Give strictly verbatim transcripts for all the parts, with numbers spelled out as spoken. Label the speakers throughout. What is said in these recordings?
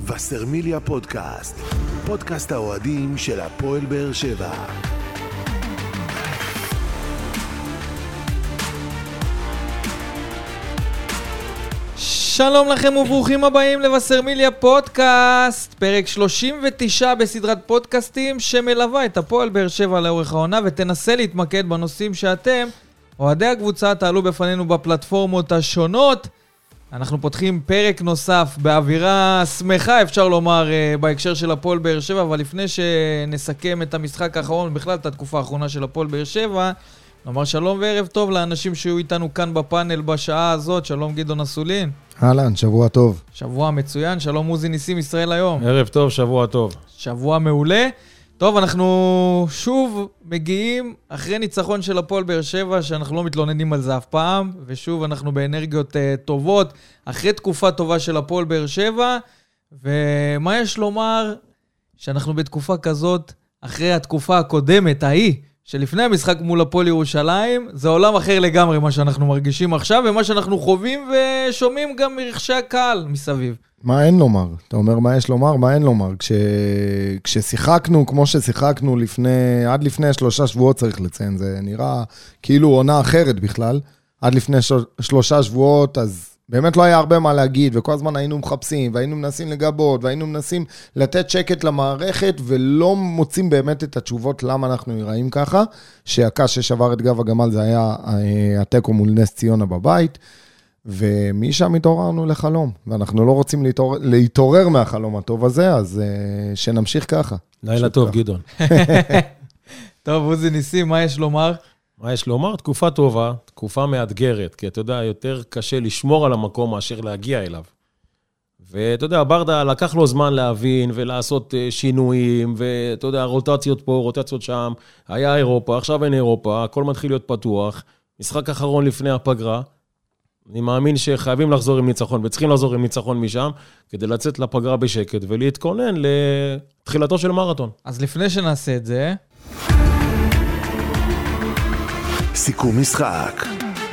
Speaker 1: וסרמיליה פודקאסט, פודקאסט האוהדים של הפועל באר שבע.
Speaker 2: שלום לכם וברוכים הבאים לווסרמיליה פודקאסט, פרק שלושים ותשע בסדרת פודקאסטים שמלווה את הפועל באר שבע לאורך העונה ותנסה להתמקד בנושאים שאתם, אוהדי הקבוצה, תעלו בפנינו בפלטפורמות השונות. אנחנו פותחים פרק נוסף באווירה שמחה, אפשר לומר, בהקשר של הפועל באר שבע, אבל לפני שנסכם את המשחק האחרון, בכלל את התקופה האחרונה של הפועל באר שבע, נאמר שלום וערב טוב לאנשים שהיו איתנו כאן בפאנל בשעה הזאת. שלום גדעון אסולין.
Speaker 3: אהלן, שבוע טוב.
Speaker 2: שבוע מצוין. שלום עוזי ניסים, ישראל היום.
Speaker 4: ערב טוב, שבוע טוב.
Speaker 2: שבוע מעולה. טוב, אנחנו שוב מגיעים אחרי ניצחון של הפועל באר שבע, שאנחנו לא מתלוננים על זה אף פעם, ושוב אנחנו באנרגיות uh, טובות, אחרי תקופה טובה של הפועל באר שבע, ומה יש לומר שאנחנו בתקופה כזאת, אחרי התקופה הקודמת, ההיא, שלפני המשחק מול הפועל ירושלים, זה עולם אחר לגמרי מה שאנחנו מרגישים עכשיו, ומה שאנחנו חווים ושומעים גם מרחשי הקהל מסביב.
Speaker 3: מה אין לומר? אתה אומר מה יש לומר, מה אין לומר? כש... כששיחקנו כמו ששיחקנו לפני, עד לפני שלושה שבועות צריך לציין, זה נראה כאילו עונה אחרת בכלל, עד לפני ש... שלושה שבועות, אז באמת לא היה הרבה מה להגיד, וכל הזמן היינו מחפשים, והיינו מנסים לגבות, והיינו מנסים לתת שקט למערכת, ולא מוצאים באמת את התשובות למה אנחנו נראים ככה, שהקש ששבר את גב הגמל זה היה הטקו מול נס ציונה בבית, ומשם התעוררנו לחלום, ואנחנו לא רוצים להתעורר, להתעורר מהחלום הטוב הזה, אז uh, שנמשיך ככה.
Speaker 4: לילה טוב, גדעון.
Speaker 2: טוב, עוזי ניסים, מה יש לומר?
Speaker 4: מה יש לומר? תקופה טובה, תקופה מאתגרת, כי אתה יודע, יותר קשה לשמור על המקום מאשר להגיע אליו. ואתה יודע, ברדה לקח לו זמן להבין ולעשות שינויים, ואתה יודע, רוטציות פה, רוטציות שם, היה אירופה, עכשיו אין אירופה, הכל מתחיל להיות פתוח, משחק אחרון לפני הפגרה, אני מאמין שחייבים לחזור עם ניצחון, וצריכים לחזור עם ניצחון משם, כדי לצאת לפגרה בשקט, ולהתכונן לתחילתו של מרתון.
Speaker 2: אז לפני שנעשה את זה...
Speaker 1: סיכום משחק.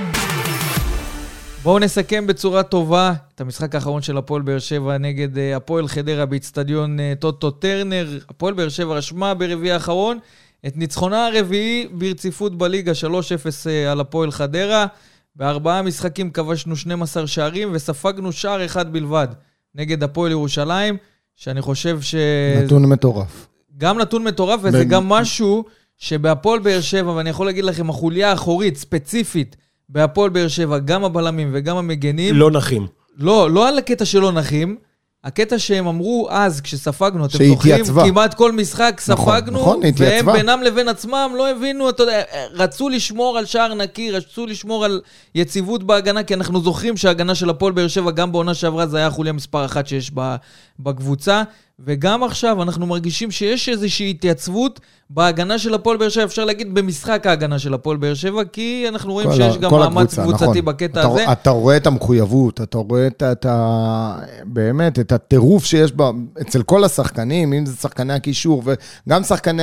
Speaker 2: בואו נסכם בצורה טובה את המשחק האחרון של הפועל באר שבע נגד הפועל חדרה באצטדיון טוטו טרנר. הפועל באר שבע רשמה ברביעי האחרון את ניצחונה הרביעי ברציפות בליגה שלוש אפס על הפועל חדרה. בארבעה משחקים כבשנו שנים עשר שערים וספגנו שער אחד בלבד נגד הפועל ירושלים, שאני חושב ש...
Speaker 3: נתון מטורף.
Speaker 2: גם נתון מטורף, וזה ב... גם משהו שבהפועל באר שבע, ואני יכול להגיד לכם, החוליה האחורית ספציפית בהפועל באר שבע, גם הבלמים וגם המגנים...
Speaker 4: לא נחים.
Speaker 2: לא, לא על הקטע שלא נחים, הקטע שהם אמרו אז, כשספגנו, אתם זוכרים, כמעט כל משחק ספגנו, נכון, נכון, והם בינם לבין עצמם לא הבינו, אתה יודע, רצו לשמור על שער נקי, רצו לשמור על יציבות בהגנה, כי אנחנו זוכרים שההגנה של הפועל באר שבע, גם בעונה שעברה, זה היה חוליה מספר אחת שיש בקבוצה, וגם עכשיו אנחנו מרגישים שיש איזושהי התייצבות בהגנה של הפועל באר שבע, אפשר להגיד במשחק ההגנה של הפועל באר שבע, כי אנחנו רואים שיש גם מאמץ קבוצתי בקטע הזה.
Speaker 3: אתה רואה את המחויבות, אתה רואה את ה... באמת, את הטירוף שיש אצל כל השחקנים, אם זה שחקני הקישור, וגם שחקני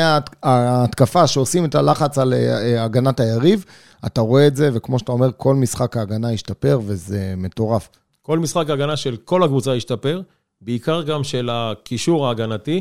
Speaker 3: ההתקפה שעושים את הלחץ על הגנת היריב, אתה רואה את זה, וכמו שאתה אומר, כל משחק ההגנה ישתפר, וזה מטורף.
Speaker 4: כל משחק ההגנה של כל הקבוצה ישתפר, בעיקר גם של הקישור ההגנתי,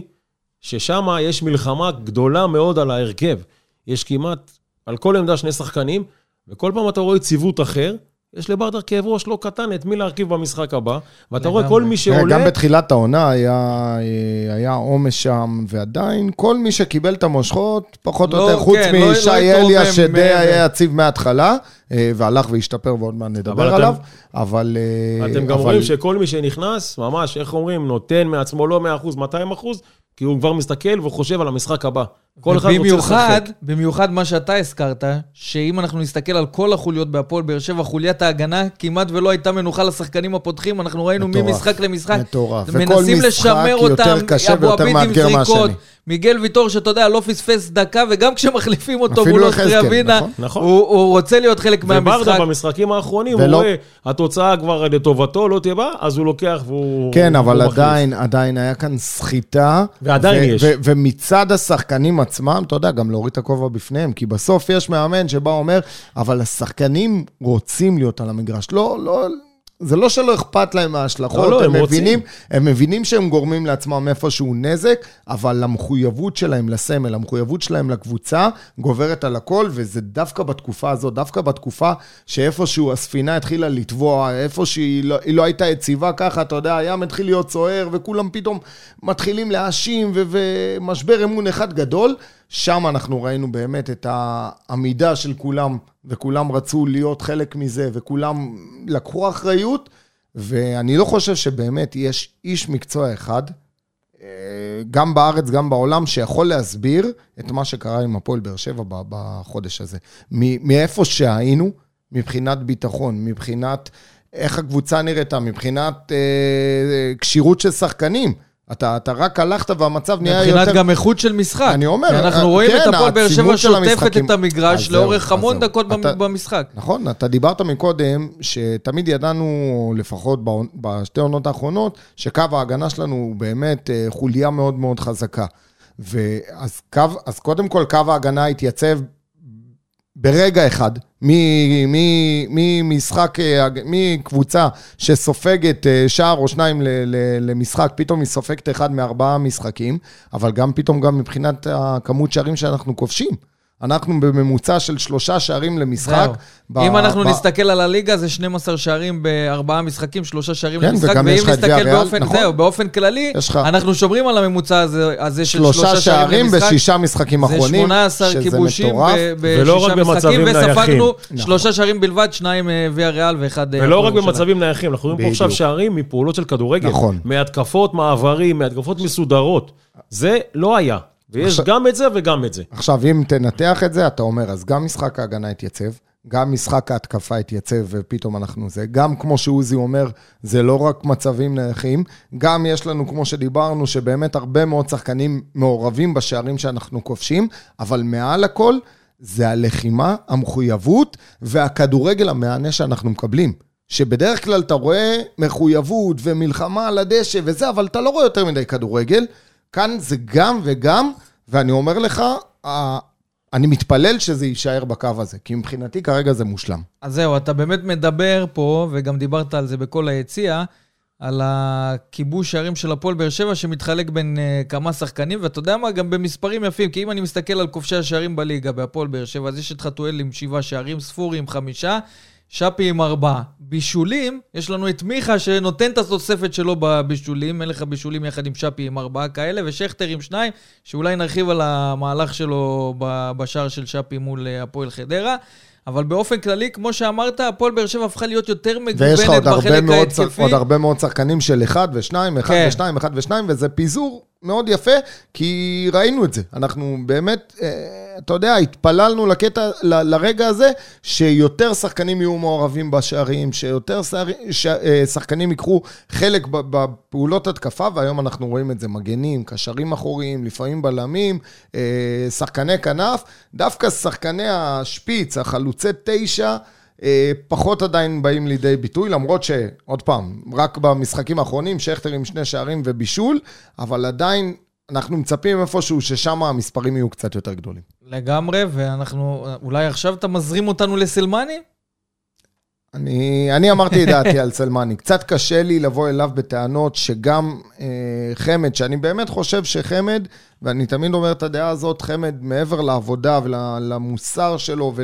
Speaker 4: ששם יש מלחמה גדולה מאוד על ההרכב. יש כמעט על כל עמדה שני שחקנים, וכל פעם אתה רואה ציוות אחר, יש לברדה כאב ראש לא קטן את מי להרכיב במשחק הבא, ואתה רואה כל מי שעולה...
Speaker 3: גם בתחילת העונה היה, היה עומס שם, ועדיין כל מי שקיבל את המושכות, פחות או יותר, חוץ משי אליה שדי היה יציב מההתחלה, והלך והשתפר ועוד מה נדבר עליו, אבל...
Speaker 4: אתם גם רואים שכל מי שנכנס, ממש, איך אומרים, נותן מעצמו לא מאה אחוז, מאתיים אחוז, כי הוא כבר מסתכל וחושב על המשחק הבא. כל אחד רוצה לשחק.
Speaker 2: במיוחד מה שאתה הזכרת, שאם אנחנו נסתכל על כל החוליות בהפועל באר שבע, חוליית ההגנה כמעט ולא הייתה מנוחה לשחקנים הפותחים, אנחנו ראינו ממשחק למשחק, מנסים לשמר אותם, אבו עביד עם זריקות, מיגל ויטור שאתה יודע, לא פספס דקה, וגם כשמחליפים אותו מול אוסטריה ווינה, הוא רוצה להיות חלק מהמשחק.
Speaker 4: וברדה במשחקים האחרונים, הוא רואה, התוצאה כבר לטובתו לא תהיה בה, אז הוא לוקח והוא...
Speaker 3: כן, אבל עדיין, עדיין היה כאן סחיטה,
Speaker 4: ועדיין יש.
Speaker 3: ומצד השחקנים עצמם, אתה יודע, גם להוריד את הכובע בפניהם, כי בסוף יש מאמן שבא אומר, אבל השחקנים רוצים להיות על המגרש, לא, לא, זה לא שלא אכפת להם מההשלכות,
Speaker 4: לא, לא,
Speaker 3: הם,
Speaker 4: הם
Speaker 3: מבינים, הם מבינים שהם גורמים לעצמם איפשהו נזק, אבל המחויבות שלהם לסמל, המחויבות שלהם לקבוצה, גוברת על הכל, וזה דווקא בתקופה הזאת, דווקא בתקופה שאיפשהו הספינה התחילה לטבוע, איפה שהיא לא, לא הייתה יציבה ככה, אתה יודע, הים התחיל להיות סוער, וכולם פתאום מתחילים להאשים, ו- ומשבר אמון אחד גדול, שם אנחנו ראינו באמת את העמידה של כולם, וכולם רצו להיות חלק מזה, וכולם לקחו אחריות, ואני לא חושב שבאמת יש איש מקצוע אחד, גם בארץ, גם בעולם, שיכול להסביר את מה שקרה עם הפועל באר שבע בחודש הזה. מאיפה שהיינו, מבחינת ביטחון, מבחינת איך הקבוצה נראתה, מבחינת קשירות של שחקנים, אתה, אתה רק הלכת והמצב נהיה יותר...
Speaker 2: מבחינת גם איכות של משחק.
Speaker 3: אני אומר...
Speaker 2: אנחנו רואים
Speaker 3: כן,
Speaker 2: את הפועל באר שבע שוטפת את המגרש לאורך
Speaker 3: זהו,
Speaker 2: המון
Speaker 3: זהו.
Speaker 2: דקות
Speaker 3: אתה,
Speaker 2: במשחק.
Speaker 3: נכון, אתה דיברת מקודם, שתמיד ידענו, לפחות בשתי עונות האחרונות, שקו ההגנה שלנו הוא באמת חוליה מאוד מאוד חזקה. ואז קו, אז קודם כל קו ההגנה התייצב ברגע אחד, ממשחק, מקבוצה שסופגת שער או שניים למשחק, פתאום היא סופגת אחד מארבעה משחקים, אבל גם פתאום גם מבחינת הכמות שערים שאנחנו כובשים. אנחנו בממוצע של שלושה שערים למשחק.
Speaker 2: אם אנחנו נסתכל על הליגה, זה שנים עשר שערים בארבעה משחקים, שלושה שערים למשחק, ואם נסתכל באופן, זהו, באופן כללי, אנחנו שומרים על הממוצע הזה של שלושה שערים
Speaker 3: בשישה משחקים אחרונים,
Speaker 2: זה שמונה עשר כיבושים בשישה משחקים, וספגנו שלושה שערים בלבד, שניים ויה ריאל ואחד...
Speaker 4: ולא רק במצבים נייחים, אנחנו רואים פה עכשיו שערים מפעולות של כדורגל, מהתקפות מעברים, מהתקפות מסודרות. זה לא היה. ויש עכשיו, גם את זה וגם את זה.
Speaker 3: עכשיו, אם תנתח את זה, אתה אומר, אז גם משחק ההגנה התייצב, גם משחק ההתקפה התייצב, ופתאום אנחנו זה, גם כמו שעוזי אומר, זה לא רק מצבים נייחים, גם יש לנו, כמו שדיברנו, שבאמת הרבה מאוד שחקנים מעורבים בשערים שאנחנו כובשים, אבל מעל הכל, זה הלחימה, המחויבות, והכדורגל המענה שאנחנו מקבלים. שבדרך כלל אתה רואה מחויבות ומלחמה על הדשא וזה, אבל אתה לא רואה יותר מדי כדורגל, כאן זה גם וגם, ואני אומר לך, אני מתפלל שזה יישאר בקו הזה, כי מבחינתי כרגע זה מושלם.
Speaker 2: אז זהו, אתה באמת מדבר פה, וגם דיברת על זה בכל היציאה, על הכיבוש שערים של הפועל באר שבע, שמתחלק בין uh, כמה שחקנים, ואתה יודע מה, גם במספרים יפים, כי אם אני מסתכל על כובשי השערים בליגה, בהפועל באר שבע, אז יש את חתואל עם שבעה שערים, ספורי עם חמישה, שפי עם ארבעה. בישולים, יש לנו את מיכה שנותן את התוספת שלו בבישולים, מלך הבישולים יחד עם שפי עם ארבעה כאלה, ושכתר עם שניים, שאולי נרחיב על המהלך שלו בשער של שפי מול הפועל חדרה. אבל באופן כללי, כמו שאמרת, הפועל באר שבע הפכה להיות יותר מגוונת בחלק ההתקפי. ויש לך
Speaker 3: עוד הרבה מאוד שחקנים של אחד ושניים, אחד ושניים, אחד ושניים, וזה פיזור מאוד יפה, כי ראינו את זה. אנחנו באמת, אתה יודע, התפללנו לקטע, לרגע הזה, שיותר שחקנים יהיו מעורבים בשערים, שיותר שחקנים יקחו חלק בפעולות התקפה, והיום אנחנו רואים את זה, מגנים, קשרים אחוריים, לפעמים בלמים, שחקני כנף, דווקא שחקני השפיץ, החלוצי תשע, פחות עדיין באים לידי ביטוי, למרות שעוד פעם, רק במשחקים האחרונים, שכתר עם שני שערים ובישול, אבל עדיין אנחנו מצפים איפשהו ששם המספרים יהיו קצת יותר גדולים.
Speaker 2: לגמרי, ואנחנו, אולי עכשיו אתה מזרים אותנו לסלמני?
Speaker 3: אני, אני אמרתי את דעתי על סלמני. קצת קשה לי לבוא אליו בטענות שגם אה, חמד, שאני באמת חושב שחמד, ואני תמיד אומר את הדעה הזאת, חמד מעבר לעבודה ולמוסר שלו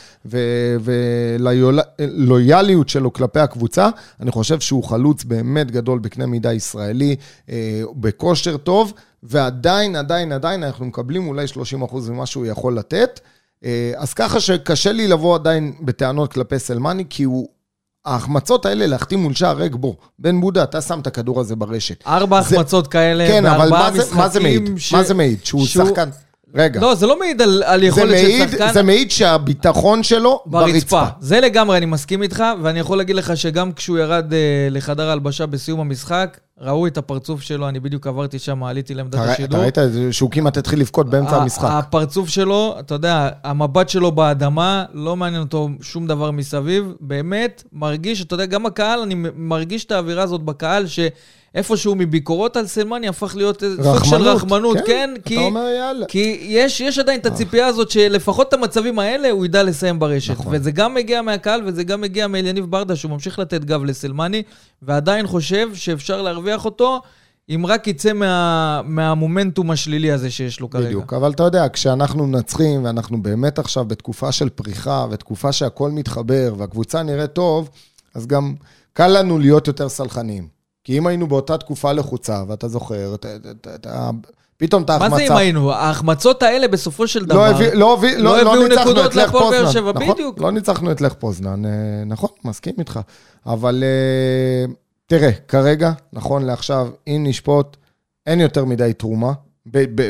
Speaker 3: וללויאליות שלו כלפי הקבוצה, אני חושב שהוא חלוץ באמת גדול בקנה מידה ישראלי, אה, בכושר טוב, ועדיין, עדיין, עדיין אנחנו מקבלים אולי שלושים אחוז ממה שהוא יכול לתת, אז ככה שקשה לי לבוא עדיין בטענות כלפי סלמני, כי הוא, ההחמצות האלה להחתים מול שער ריק בו. בן בודה, אתה שם את הכדור הזה ברשת.
Speaker 2: ארבע החמצות כאלה,
Speaker 3: כן, אבל
Speaker 2: מה
Speaker 3: זה, מה זה מעיד? ש... מה זה מעיד? שהוא, שהוא... שחקן... רגע.
Speaker 2: לא, זה לא מעיד על, על יכולת
Speaker 3: מעיד,
Speaker 2: של שחקן.
Speaker 3: זה מעיד שהביטחון שלו ברצפה. ברצפה.
Speaker 2: זה לגמרי, אני מסכים איתך, ואני יכול להגיד לך שגם כשהוא ירד אה, לחדר ההלבשה בסיום המשחק, ראו את הפרצוף שלו, אני בדיוק עברתי שם, עליתי לעמדת השידור.
Speaker 3: אתה ראית שהוא כמעט התחיל לבכות באמצע המשחק.
Speaker 2: הפרצוף שלו, אתה יודע, המבט שלו באדמה, לא מעניין אותו שום דבר מסביב, באמת מרגיש, אתה יודע, גם הקהל, אני מרגיש את האווירה הזאת בקהל, ש... איפשהו מביקורות על סלמני, הפך להיות סוג של רחמנות, כן,
Speaker 3: אתה אומר יאללה.
Speaker 2: כי יש, יש עדיין את הציפייה הזאת שלפחות את המצבים האלה הוא ידע לסיים ברשת, וזה גם מגיע מהקהל, וזה גם מגיע מאליניב ברדה, שהוא ממשיך לתת גב לסלמני, ועדיין חושב שאפשר להרוויח אותו, אם רק יצא מה, מהמומנטום השלילי הזה שיש לו כרגע.
Speaker 3: בדיוק, אבל אתה יודע, כשאנחנו מנצחים, ואנחנו באמת עכשיו בתקופה של פריחה, ותקופה שהכל מתחבר, והקבוצה נראית טוב, אז גם קל לנו להיות יותר סלחניים. כי אם היינו באותה תקופה לחוצה, ואתה זוכר, אתה, אתה, אתה, פתאום אתה החמצה.
Speaker 2: מה זה אם היינו? ההחמצות האלה בסופו של דבר,
Speaker 3: לא, הביא, לא, הביא, לא,
Speaker 2: לא
Speaker 3: לא
Speaker 2: הביאו
Speaker 3: ניצחנו
Speaker 2: נקודות
Speaker 3: את לך
Speaker 2: לפועל באר
Speaker 3: פוזנן.
Speaker 2: שבע,
Speaker 3: נכון,
Speaker 2: בדיוק.
Speaker 3: לא ניצחנו את לך פוזנן, נכון, מסכים איתך. אבל תראה, כרגע, נכון לעכשיו, אם נשפוט, אין יותר מדי תרומה. ב, ב,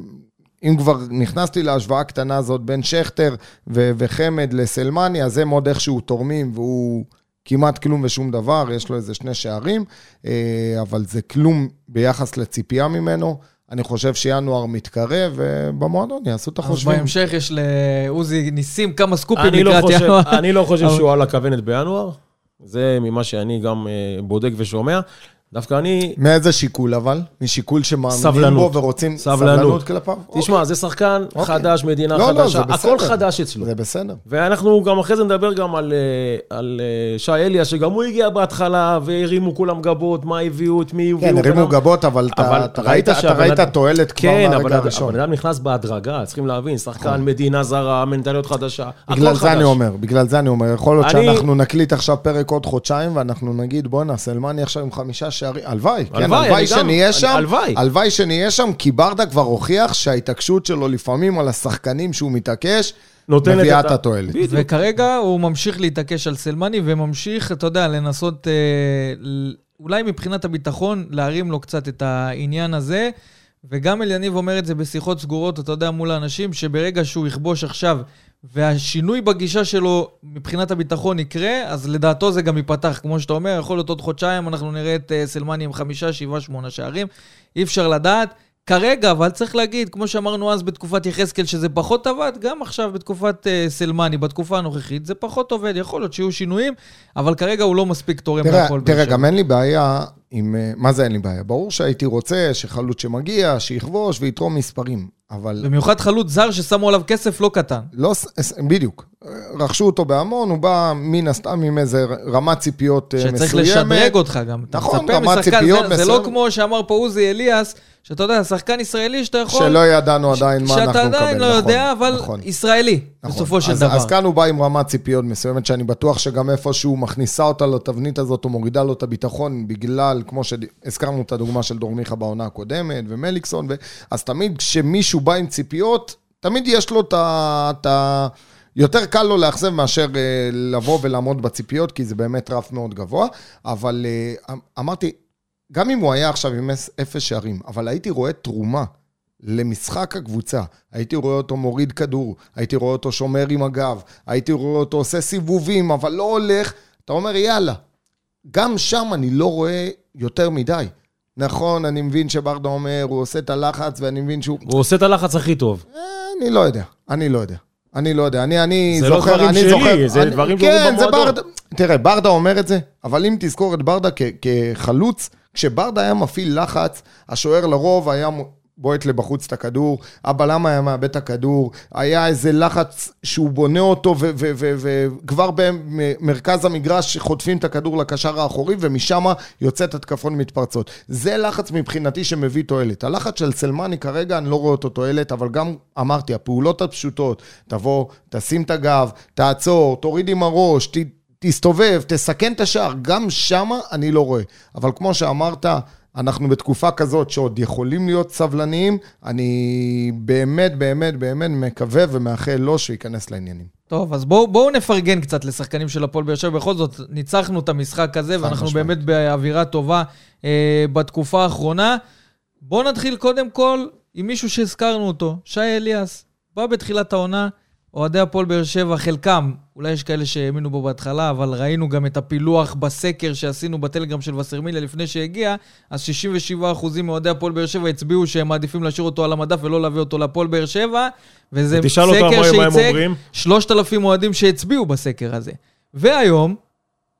Speaker 3: אם כבר נכנסתי להשוואה הקטנה הזאת בין שכטר ו- וחמד לסלמני, אז הם עוד איכשהו תורמים, והוא כמעט כלום ושום דבר, יש לו איזה שני שערים, אבל זה כלום ביחס לציפייה ממנו. אני חושב שינואר מתקרב, ובמועדון יעשו את החושבים.
Speaker 2: אז בהמשך יש לעוזי ניסים כמה סקופים
Speaker 4: אני
Speaker 2: לקראת
Speaker 4: לא
Speaker 2: ינואר.
Speaker 4: אני לא חושב שהוא על הכוונת בינואר, זה ממה שאני גם בודק ושומע. דווקא אני...
Speaker 3: מאיזה שיקול אבל? משיקול שמאמינים בו ורוצים סבלנות כלפיו?
Speaker 4: תשמע, זה שחקן חדש, מדינה חדשה, הכל חדש אצלו.
Speaker 3: זה בסדר.
Speaker 4: ואנחנו גם אחרי זה נדבר גם על שי אליה, שגם הוא הגיע בהתחלה, והרימו כולם גבות, מה הביאו, את מי הביאו.
Speaker 3: כן, הרימו גבות, אבל אתה ראית תועלת כבר מהרגע הראשון.
Speaker 4: כן, אבל אדם נכנס בהדרגה, צריכים להבין, שחקן, מדינה זרה, מנטליות חדשה,
Speaker 3: בגלל זה אני אומר, בגלל זה אני אומר, יכול להיות שאנחנו נקליט עכשיו פרק עוד חודשיים, ואנחנו נגיד, בוא נעשה, סלמני עכשיו עם חמישה שערים, הלוואי, כן, הלוואי שנהיה שם, הלוואי שנהיה שם, כי ברדה כבר הוכיח שההתעקשות שלו לפעמים על השחקנים שהוא מתעקש, מביאה את התועלת.
Speaker 2: וכרגע הוא ממשיך להתעקש על סלמני, וממשיך, אתה יודע, לנסות, אולי מבחינת הביטחון, להרים לו קצת את העניין הזה, וגם אליניב אומר את זה בשיחות סגורות, אתה יודע, מול האנשים, שברגע שהוא יכבוש עכשיו, והשינוי בגישה שלו מבחינת הביטחון יקרה, אז לדעתו זה גם ייפתח, כמו שאתה אומר, יכול להיות עוד חודשיים, אנחנו נראה את סלמני עם חמישה, שבעה, שמונה שערים, אי אפשר לדעת. כרגע, אבל צריך להגיד, כמו שאמרנו אז בתקופת יחזקאל, שזה פחות עבד, גם עכשיו בתקופת סלמני, בתקופה הנוכחית, זה פחות עובד, יכול להיות שיהיו שינויים, אבל כרגע הוא לא מספיק תורם להפועל באר שבע.
Speaker 3: תראה, גם אין לי בעיה עם... מה זה אין לי בעיה? ברור שהייתי רוצה שחלוץ שמגיע, שיכבוש ויתרום מספרים, אבל...
Speaker 2: במיוחד חלוץ זר ששמו עליו כסף לא קטן.
Speaker 3: לא, בדיוק. רכשו אותו בהמון, הוא בא מן הסתם עם איזה רמת ציפיות מסוימת.
Speaker 2: שצריך לשדרג אותך גם.
Speaker 3: נכון, רמת ציפיות מסוימת.
Speaker 2: זה לא כמו שאמר פה עוזי אליאס, שאתה יודע, שחקן ישראלי שאתה יכול...
Speaker 3: שלא ידענו עדיין מה אנחנו נקבל.
Speaker 2: שאתה עדיין לא יודע, אבל ישראלי, בסופו של דבר.
Speaker 3: אז כאן הוא בא עם רמת ציפיות מסוימת, שאני בטוח שגם איפשהו מכניסה אותה לתבנית הזאת, או מורידה לו את הביטחון, בגלל, כמו שהזכרנו את הדוגמה של דורמיכה בעונה הקודמת, ומליקסון, אז תמיד כשמישהו בא עם ציפיות, תמיד יש לו את ה... יותר קל לו לאכזב מאשר לבוא ולעמוד בציפיות, כי זה באמת רף מאוד גבוה, אבל אמרתי, גם אם הוא היה עכשיו עם אפס שערים, אבל הייתי רואה תרומה למשחק הקבוצה, הייתי רואה אותו מוריד כדור, הייתי רואה אותו שומר עם הגב, הייתי רואה אותו עושה סיבובים, אבל לא הולך, אתה אומר יאללה, גם שם אני לא רואה יותר מדי. נכון, אני מבין שברדה אומר, הוא עושה את הלחץ, ואני מבין שהוא...
Speaker 4: הוא עושה את הלחץ הכי טוב.
Speaker 3: אני לא יודע, אני לא יודע. אני לא יודע, אני, אני
Speaker 4: זה
Speaker 3: זוכר,
Speaker 4: לא דברים
Speaker 3: אני
Speaker 4: שלי,
Speaker 3: זוכר,
Speaker 4: זה
Speaker 3: אני,
Speaker 4: דברים
Speaker 3: כן,
Speaker 4: שאומרים במועדון.
Speaker 3: ברדה, תראה, ברדה אומר את זה, אבל אם תזכור את ברדה כ, כחלוץ, כשברדה היה מפעיל לחץ, השוער לרוב היה בועט לבחוץ את הכדור, הבלם היה מאבד את הכדור, היה איזה לחץ שהוא בונה אותו, וכבר במרכז המגרש חוטפים את הכדור לקשר האחורי, ומשם יוצאת התקפון מתפרצות. זה לחץ מבחינתי שמביא תועלת. הלחץ של סלמני כרגע, אני לא רואה אותו תועלת, אבל גם אמרתי, הפעולות הפשוטות, תבוא, תשים את הגב, תעצור, תוריד עם הראש, ת, תסתובב, תסכן את השער, גם שם אני לא רואה. אבל כמו שאמרת, אנחנו בתקופה כזאת שעוד יכולים להיות סבלניים, אני באמת, באמת, באמת מקווה ומאחל לו שייכנס לעניינים.
Speaker 2: טוב, אז בואו, בואו נפרגן קצת לשחקנים של הפועל באר שבע. בכל זאת, ניצחנו את המשחק הזה, ואנחנו משמעית. באמת באווירה טובה אה, בתקופה האחרונה. בואו נתחיל קודם כל עם מישהו שהזכרנו אותו, שי אליאס. בא בתחילת העונה, אוהדי הפועל באר שבע, חלקם, אולי יש כאלה שהאמינו בו בהתחלה, אבל ראינו גם את הפילוח בסקר שעשינו בטלגרם של וסרמיליה לפני שהגיע, אז שישים ושבעה אחוז מאוהדי הפועל באר שבע הצביעו שהם מעדיפים להשאיר אותו על המדף ולא להביא אותו לפועל באר שבע, וזה סקר שייצג שלושת אלפים אוהדים שהצביעו בסקר הזה. והיום,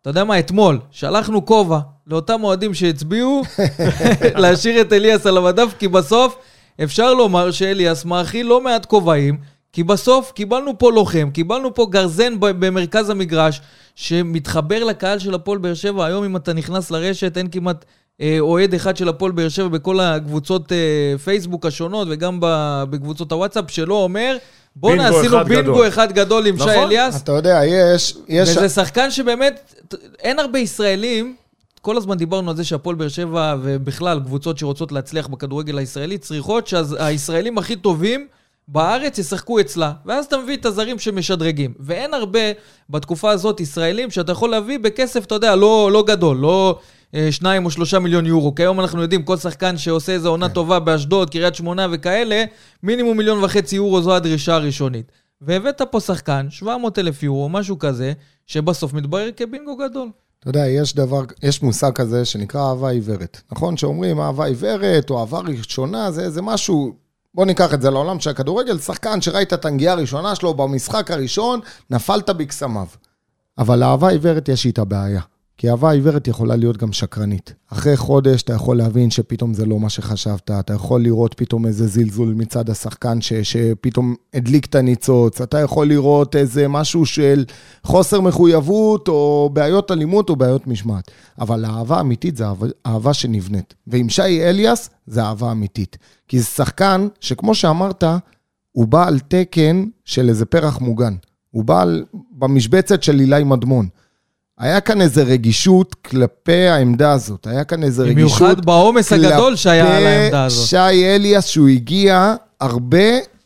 Speaker 2: אתה יודע מה, אתמול, שלחנו כובע לאותם מועדים שהצביעו, להשאיר את אליאס על המדף, כי בסוף אפשר לומר שאליאס מאכיל לא מעט כובעים, כי בסוף קיבלנו פה לוחם, קיבלנו פה גרזן במרכז המגרש, שמתחבר לקהל של הפועל באר שבע. היום אם אתה נכנס לרשת, אין כמעט אה, אוהד אחד של הפועל באר שבע בכל הקבוצות אה, פייסבוק השונות, וגם בקבוצות הוואטסאפ, שלא אומר, בוא נעשינו בינגו גדול. אחד גדול עם נכון? שי אליאס.
Speaker 3: אתה יודע, יש... יש...
Speaker 2: וזה שחקן שבאמת, אין הרבה ישראלים, כל הזמן דיברנו על זה שהפועל באר שבע, ובכלל קבוצות שרוצות להצליח בכדורגל הישראלי, צריכות שהישראלים הכי טובים, בארץ ישחקו אצלה, ואז אתה מביא את הזרים שמשדרגים. ואין הרבה בתקופה הזאת ישראלים שאתה יכול להביא בכסף, אתה יודע, לא, לא גדול, לא אה, שניים או שלושה מיליון יורו. כי היום אנחנו יודעים, כל שחקן שעושה איזו עונה טובה באשדוד, קריית שמונה וכאלה, מינימום מיליון וחצי יורו זו הדרישה הראשונית. והבאת פה שחקן, שבע מאות אלף יורו, משהו כזה, שבסוף מתברר כבינגו גדול.
Speaker 3: אתה יודע, יש דבר, יש מושג כזה שנקרא אהבה עיוורת. נכון? שאומרים אהבה עיוורת או אהבה ראשונה, זה, זה משהו... בוא ניקח את זה לעולם של הכדורגל, שחקן שראית את הנגיעה הראשונה שלו במשחק הראשון, נפלת בקסמיו. אבל האהבה עיוורת יש איתה בעיה. כי אהבה עיוורת יכולה להיות גם שקרנית. אחרי חודש אתה יכול להבין שפתאום זה לא מה שחשבת, אתה יכול לראות פתאום איזה זלזול מצד השחקן ש, שפתאום הדליק את הניצוץ, אתה יכול לראות איזה משהו של חוסר מחויבות או בעיות אלימות או בעיות משמעת. אבל האהבה אמיתית זה אהבה, אהבה שנבנית. ועם שי אליאס זה אהבה אמיתית. כי זה שחקן שכמו שאמרת, הוא בא על תקן של איזה פרח מוגן. הוא בא על, במשבצת של אילי מדמון. היה כאן איזו רגישות כלפי העמדה הזאת. היה כאן איזו רגישות...
Speaker 2: במיוחד בעומס הגדול שהיה על העמדה הזאת.
Speaker 3: שי אליאס, שהוא הגיע הרבה,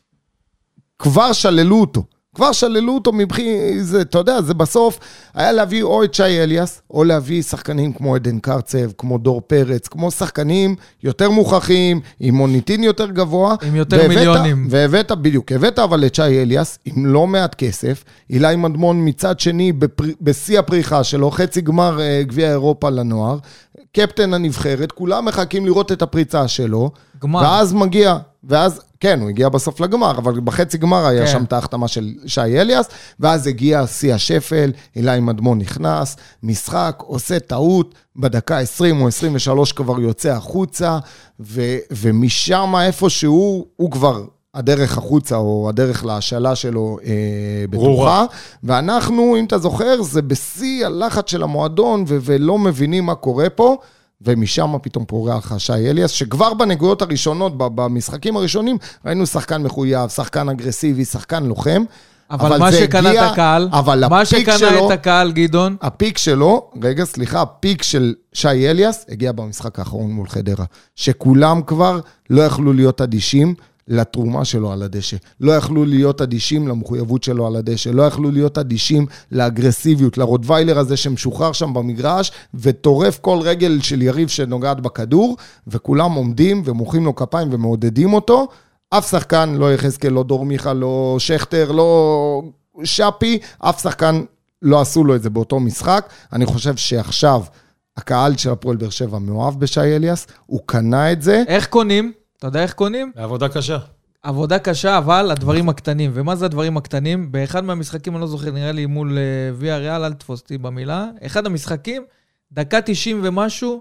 Speaker 3: כבר שללו אותו. כבר שללו אותו מבחי... זה, אתה יודע, זה בסוף היה להביא או את שי אליאס, או להביא שחקנים כמו עדן קרצב, כמו דור פרץ, כמו שחקנים יותר מוכחים, עם מוניטין יותר גבוה.
Speaker 2: עם יותר והבאת, מיליונים.
Speaker 3: והבאת, בדיוק, הבאת אבל את שי אליאס, עם לא מעט כסף, אילי מדמון מצד שני, בפר... בשיא הפריחה שלו, חצי גמר גביע אירופה לנוער, קפטן הנבחרת, כולם מחכים לראות את הפריצה שלו, גמר. ואז מגיע... ואז, כן, הוא הגיע בסוף לגמר, אבל בחצי גמר היה כן. שם את ההחתמה של שי אליאס, ואז הגיע שיא השפל, אילי מדמון נכנס, משחק, עושה טעות, בדקה עשרים או עשרים ושלוש כבר יוצא החוצה, ו, ומשם איפשהו, הוא כבר הדרך החוצה, או הדרך להשאלה שלו אה, בטוחה, ואנחנו, אם אתה זוכר, זה בשיא הלחץ של המועדון, ו- ולא מבינים מה קורה פה, ומשם פתאום פורח שי אליאס, שכבר בנקודות הראשונות, במשחקים הראשונים, ראינו שחקן מחויב, שחקן אגרסיבי, שחקן לוחם.
Speaker 2: אבל, אבל מה שקנה הגיע, את הקהל,
Speaker 3: אבל
Speaker 2: מה שקנה שלו, את הקהל, גדעון?
Speaker 3: הפיק שלו, רגע, סליחה, הפיק של שי אליאס, הגיע במשחק האחרון מול חדרה, שכולם כבר לא יכלו להיות אדישים, לתרומה שלו על הדשא. לא יכלו להיות אדישים למחויבות שלו על הדשא. לא יכלו להיות אדישים לאגרסיביות, לרוטוויילר הזה שמשוחרר שם במגרש, וטורף כל רגל של יריב שנוגעת בכדור, וכולם עומדים ומוחאים לו כפיים ומעודדים אותו. אף שחקן, לא יחזקאל, לא דור מיכה, לא שכטר, לא שפי, אף שחקן לא עשו לו את זה באותו משחק. אני חושב שעכשיו הקהל של הפועל באר שבע מאוהב בשי אליאס, הוא קנה את זה.
Speaker 2: איך קונים? אתה יודע איך קונים?
Speaker 4: עבודה קשה.
Speaker 2: עבודה קשה, אבל הדברים הקטנים. ומה זה הדברים הקטנים? באחד מהמשחקים, אני לא זוכר, נראה לי מול ויה ריאל, אל תפוס אותי במילה. אחד המשחקים, דקה תשעים ומשהו,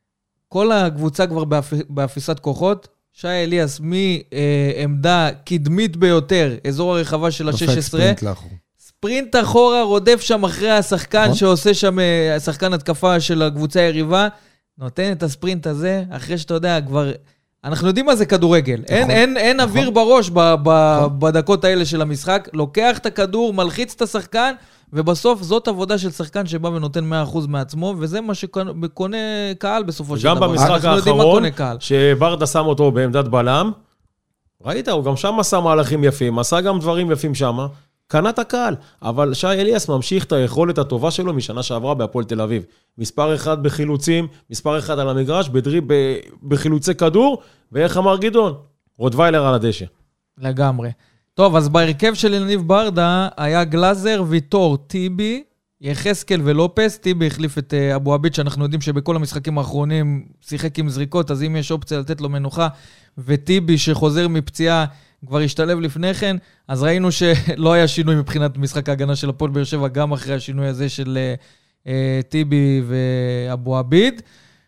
Speaker 2: כל הקבוצה כבר באפיסת כוחות, שי אליאס מעמדה קדמית ביותר, אזור הרחבה של ה-שש עשרה, ספרינט אחורה, רודף שם אחרי השחקן שעושה שם, השחקן התקפה של הקבוצה היריבה, נותן את הספרינט הזה, אחרי שאתה יודע, כבר... אנחנו יודעים מה זה כדורגל. אין, אין, אין אוויר בראש ב, ב, בדקות האלה של המשחק. לוקח את הכדור, מלחיץ את השחקן, ובסוף זאת עבודה של שחקן שבא ונותן מאה אחוז מעצמו, וזה מה שקונה קהל בסופו של דבר.
Speaker 4: גם במשחק האחרון, שברדה שם אותו בעמדת בלם, ראית, הוא גם שם עשה מהלכים יפים, עשה גם דברים יפים שם, קנה את הקהל. אבל שי אליאס ממשיך את היכולת הטובה שלו משנה שעברה בהפועל תל אביב. מספר אחד בחילוצים, מספר אחד על המגרש, בדריב בחילוצי כדור, ואיך אמר גדעון? רוטוויילר על הדשא.
Speaker 2: לגמרי. טוב, אז בהרכב של יניב ברדה היה גלאזר, ויטור, טיבי, יחזקאל ולופס. טיבי החליף את אבו עביד, שאנחנו יודעים שבכל המשחקים האחרונים שיחק עם זריקות, אז אם יש אופציה לתת לו מנוחה, וטיבי שחוזר מפציעה כבר השתלב לפני כן, אז ראינו שלא היה שינוי מבחינת משחק ההגנה של הפועל באר שבע, גם אחרי השינוי הזה של טיבי ואבו עביד,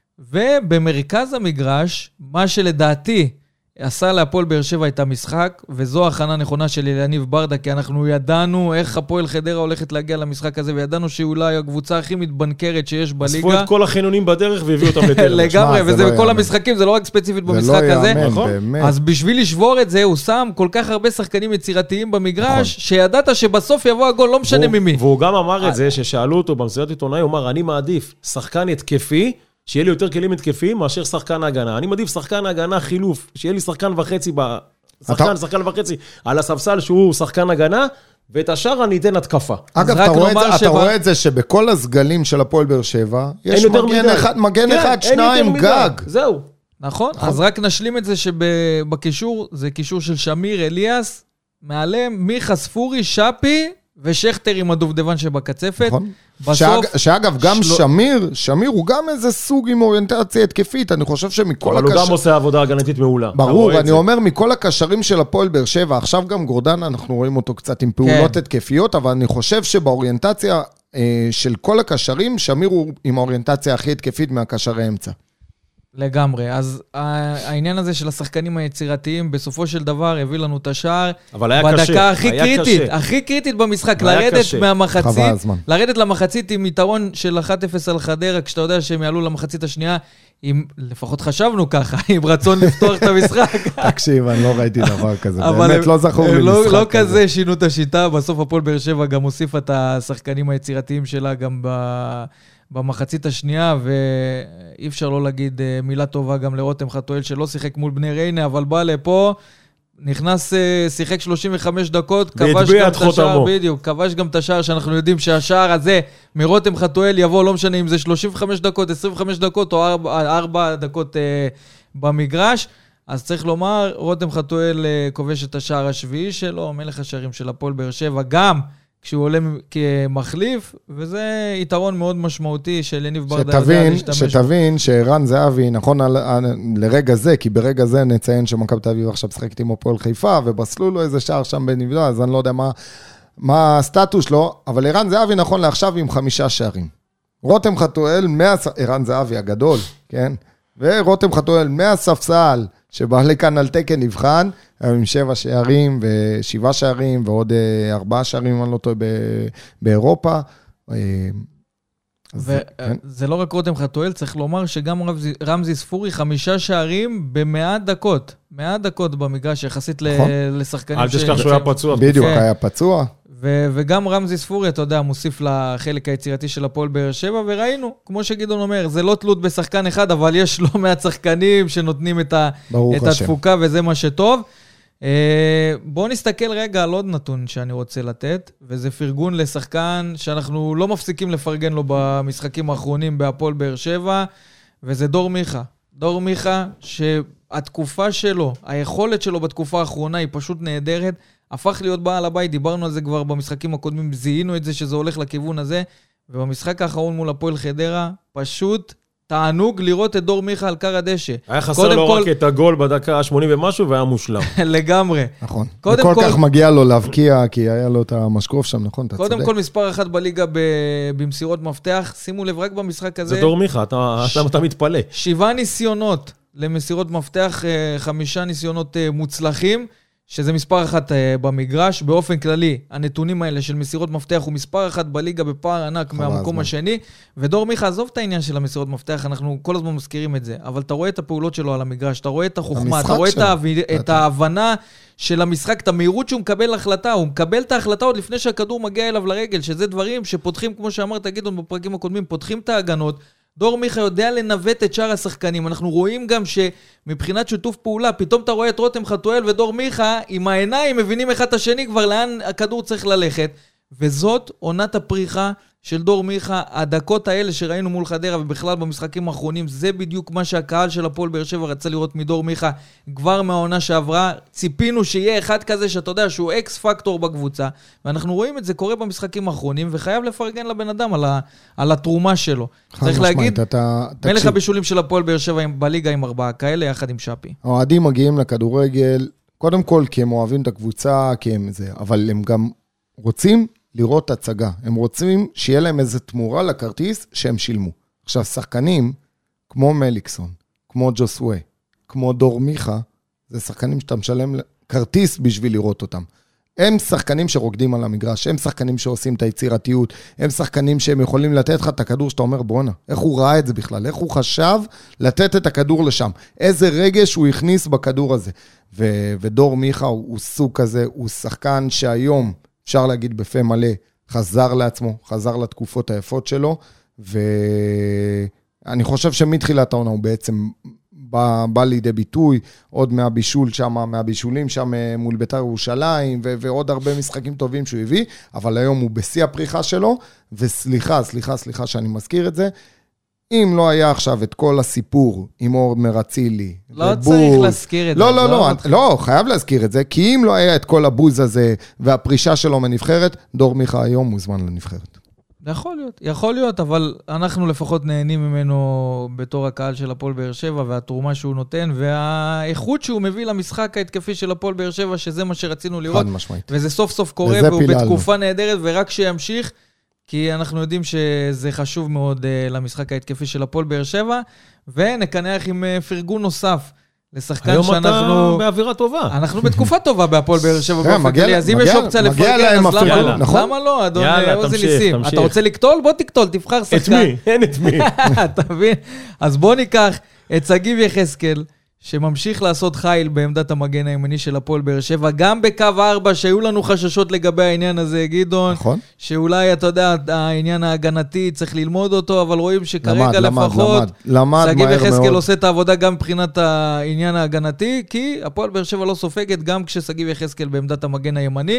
Speaker 2: ובמרכז המגרש, מה שלדעתי עשה להפועל באר שבע את המשחק, וזו הכנה נכונה של יניב ברדה, כי אנחנו ידענו איך הפועל חדרה הולכת להגיע למשחק הזה, וידענו שאולי הקבוצה הכי מתבנקרת שיש בליגה.
Speaker 4: אספו את כל החינונים בדרך והביאו אותם לתל.
Speaker 2: לגמרי, וזה בכל המשחקים, זה לא רק ספציפית במשחק הזה. אז בשביל לשבור את זה, הוא שם כל כך הרבה שחקנים יצירתיים במגרש, שידעת שבסוף יבוא הגול, לא משנה ממי.
Speaker 4: והוא גם אמר את זה, ששאלו אותו במסיבת עיתונאי, הוא אמר, אני מעדיף שחקן התקפי, שיהיה לי יותר כלים התקפיים מאשר שחקן הגנה. אני מעדיף שחקן הגנה חילוף, שיהיה לי שחקן וחצי, שחקן, שחקן וחצי, על הספסל שהוא שחקן הגנה, ואת השאר אני אתן התקפה.
Speaker 3: אגב, אתה רואה, את, אתה רואה את זה שבכל הסגלים של הפועל באר שבע, יש מגן אחד, מגן כן, אחד, שניים, גג.
Speaker 4: זהו.
Speaker 2: נכון, אז רק נשלים את זה שבקישור, זה קישור של שמיר, אליאס, מעלם, מיכה ספורי, שפי, ושכתר עם הדובדבן שבקצפת.
Speaker 3: נכון. שאג, שאגב, גם של... שמיר, שמיר הוא גם איזה סוג עם אוריינטציה התקפית, אני חושב שמכל
Speaker 4: אבל הקשר... הוא גם עושה עבודה הגנתית מעולה.
Speaker 3: ברור, אני אומר, מכל הקשרים של הפועל באר שבע, עכשיו גם גורדן, אנחנו רואים אותו קצת עם פעולות כן. התקפיות, אבל אני חושב שבאוריינטציה אה, של כל הקשרים, שמיר הוא עם האוריינטציה הכי התקפית מהקשרי האמצע.
Speaker 2: לגמרי, אז העניין הזה של השחקנים היצירתיים בסופו של דבר הביא לנו את השער,
Speaker 4: אבל היה
Speaker 2: בדקה
Speaker 4: קשה,
Speaker 2: הכי קריטית, קשה. הכי קריטית במשחק, לרדת קשה. מהמחצית, לרדת למחצית עם יתרון של אחת אפס על חדרה, כשאתה יודע שהם יעלו למחצית השנייה, עם, לפחות חשבנו ככה, עם רצון לפתוח את המשחק.
Speaker 3: תקשיב, אני לא ראיתי דבר כזה, באמת לא זכור לי משחק
Speaker 2: כזה. לא כזה שינו את השיטה, בסוף הפועל באר שבע גם הוסיפה את השחקנים היצירתיים שלה גם ב... במחצית השנייה, ואי אפשר לא להגיד מילה טובה גם לרותם חתואל, שלא שיחק מול בני ריינה, אבל בא לפה, נכנס, שיחק שלושים וחמש דקות, כבש גם את השער, בדיוק, כבש גם את השער, שאנחנו יודעים שהשער הזה, מרותם חתואל יבוא, לא משנה אם זה שלושים וחמש דקות, עשרים וחמש דקות, או ארבע דקות במגרש, אז צריך לומר, רותם חתואל כובש את השער השביעי שלו, מלך השערים של הפועל באר שבע, גם כשהוא עולה כמחליף, וזה יתרון מאוד משמעותי של יניב ברדה.
Speaker 3: שתבין, שתבין שערן זהבי, נכון על, על, לרגע זה, כי ברגע זה נציין שמכבי תל אביב עכשיו שחקת עם הפועל חיפה, ובסלו לו איזה שער שם בנבדל, אז אני לא יודע מה, מה הסטטוס שלו, אבל ערן זהבי נכון לעכשיו עם חמישה שערים. רותם חתואל, ערן זהבי הגדול, כן? ורותם חתואל מהספסל, שבא לכאן על תקן נבחן, עם שבע שערים ושבעה שערים, ועוד ארבעה שערים, אני לא טועה, באירופה.
Speaker 2: וזה לא רק רותם חתואל, צריך לומר שגם רמזי ספורי, חמישה שערים במאה דקות. מאה דקות במגרש, יחסית לשחקנים.
Speaker 4: אל תשכח שהוא היה פצוע.
Speaker 3: בדיוק, היה פצוע.
Speaker 2: וגם רמזי ספורי, אתה יודע, מוסיף לחלק היצירתי של הפועל באר שבע, וראינו, כמו שגדעון אומר, זה לא תלות בשחקן אחד, אבל יש לא מעט שחקנים שנותנים את התפוקה, וזה מה שטוב. בואו נסתכל רגע על עוד נתון שאני רוצה לתת, וזה פרגון לשחקן שאנחנו לא מפסיקים לפרגן לו במשחקים האחרונים בהפועל באר שבע, וזה דור מיכה. דור מיכה, שהתקופה שלו, היכולת שלו בתקופה האחרונה היא פשוט נהדרת, הפך להיות בעל הבית, דיברנו על זה כבר במשחקים הקודמים, זיהינו את זה שזה הולך לכיוון הזה, ובמשחק האחרון מול הפועל חדרה, פשוט תענוג לראות את דור מיכה על קר הדשא.
Speaker 4: היה חסר לו כל... רק את הגול בדקה ה-שמונים ומשהו, והיה מושלם.
Speaker 2: לגמרי.
Speaker 3: נכון. וכל כל... כך מגיע לו להבקיע, כי היה לו את המשקוף שם, נכון?
Speaker 2: קודם כל מספר אחת בליגה ב... במסירות מפתח, שימו לב רק במשחק הזה.
Speaker 4: זה דור מיכה, אתה, ש... אתה מתפלא.
Speaker 2: שבעה ניסיונות למסירות מפתח, חמישה ניסיונות מוצלחים, שזה מספר אחת במגרש, באופן כללי, הנתונים האלה של מסירות מפתח הוא מספר אחת בליגה בפער ענק מהמקום השני, ודור מיכה, עזוב את העניין של המסירות מפתח, אנחנו כל הזמן מזכירים את זה, אבל אתה רואה את הפעולות שלו על המגרש, אתה רואה את החוכמה, אתה רואה את ההבנה של המשחק, את המהירות שהוא מקבל החלטה, הוא מקבל את ההחלטה עוד לפני שהכדור מגיע אליו לרגל, שזה דברים שפותחים, כמו שאמרת גדעון בפרקים הקודמים, פותחים את ההגנות, דור מיכה יודע לנווט את שאר השחקנים. אנחנו רואים גם שמבחינת שיתוף פעולה, פתאום אתה רואה את רותם חתואל ודור מיכה, עם העיניים מבינים אחד את השני כבר לאן הכדור צריך ללכת. וזאת עונת הפריחה של דור מיכה. הדקות האלה שראינו מול חדרה ובכלל במשחקים האחרונים, זה בדיוק מה שהקהל של הפועל באר שבע רצה לראות מדור מיכה כבר מהעונה שעברה. ציפינו שיהיה אחד כזה שאתה יודע שהוא אקס פקטור בקבוצה, ואנחנו רואים את זה קורה במשחקים האחרונים, וחייב לפרגן לבן אדם על, ה, על התרומה שלו. צריך להגיד, אתה, מלך הבישולים של הפועל באר שבע בליגה עם ארבעה כאלה, יחד עם שפי.
Speaker 3: האוהדים מגיעים לכדורגל, קודם כל כי הם אוהבים את הקבוצה, כי הם זה, אבל הם גם רוצים לראות הצגה. הם רוצים שיהיה להם איזו תמורה לכרטיס שהם שילמו. עכשיו, שחקנים כמו מליקסון, כמו ג'וסווה, כמו דור מיכה, זה שחקנים שאתה משלם כרטיס בשביל לראות אותם. הם שחקנים שרוקדים על המגרש, הם שחקנים שעושים את היצירתיות, הם שחקנים שהם יכולים לתת לך את הכדור שאתה אומר, בואנה, איך הוא ראה את זה בכלל? איך הוא חשב לתת את הכדור לשם? איזה רגש הוא הכניס בכדור הזה? ו- ודור מיכה הוא, הוא סוג כזה, הוא שחקן שהיום, אפשר להגיד בפה מלא, חזר לעצמו, חזר לתקופות היפות שלו, ואני חושב שמתחילת העונה הוא בעצם בא, בא לידי ביטוי, עוד מהבישול שם, מהבישולים שם מול בית"ר ירושלים, ו- ועוד הרבה משחקים טובים שהוא הביא, אבל היום הוא בשיא הפריחה שלו, וסליחה, סליחה, סליחה שאני מזכיר את זה, אם לא היה עכשיו את כל הסיפור עם אורד מרצילי,
Speaker 2: לא ובוז, צריך להזכיר את
Speaker 3: לא,
Speaker 2: זה.
Speaker 3: לא, לא, לא, לא, חייב להזכיר את זה, כי אם לא היה את כל הבוז הזה, והפרישה שלו מנבחרת, דור מיכה היום מוזמן לנבחרת.
Speaker 2: יכול להיות, יכול להיות, אבל אנחנו לפחות נהנים ממנו בתור הקהל של הפועל באר שבע, והתרומה שהוא נותן, והאיכות שהוא מביא למשחק ההתקפי של הפועל באר שבע, שזה מה שרצינו לראות. וזה סוף סוף קורה, והוא בתקופה נהדרת, ורק שימשיך, כי אנחנו יודעים שזה חשוב מאוד למשחק ההתקפי של הפועל באר שבע, ונקנח עם פרגון נוסף. לשחקן שאנחנו...
Speaker 4: היום אתה באווירה טובה.
Speaker 2: אנחנו בתקופה טובה בהפועל באר שבע באופן כללי, אז אם יש אופציה לפרגן, אז למה לא, אדון עוזי ניסים? אתה רוצה לקטול? בוא תקטול, תבחר שחקן.
Speaker 4: את מי? אין את מי.
Speaker 2: אתה מבין? אז בוא ניקח את שגיב יחזקאל, שממשיך לעשות חיל בעמדת המגן הימני של הפועל באר שבע, גם בקו ארבע, שהיו לנו חששות לגבי העניין הזה, גדעון,
Speaker 3: נכון.
Speaker 2: שאולי, אתה יודע, העניין ההגנתי צריך ללמוד אותו, אבל רואים שכרגע
Speaker 3: למד,
Speaker 2: לפחות,
Speaker 3: למד, למד
Speaker 2: שגיב יחזקאל
Speaker 3: מאוד.
Speaker 2: עושה את העבודה גם מבחינת העניין ההגנתי, כי הפועל באר שבע לא סופגת, גם כששגיב יחזקאל בעמדת המגן הימני,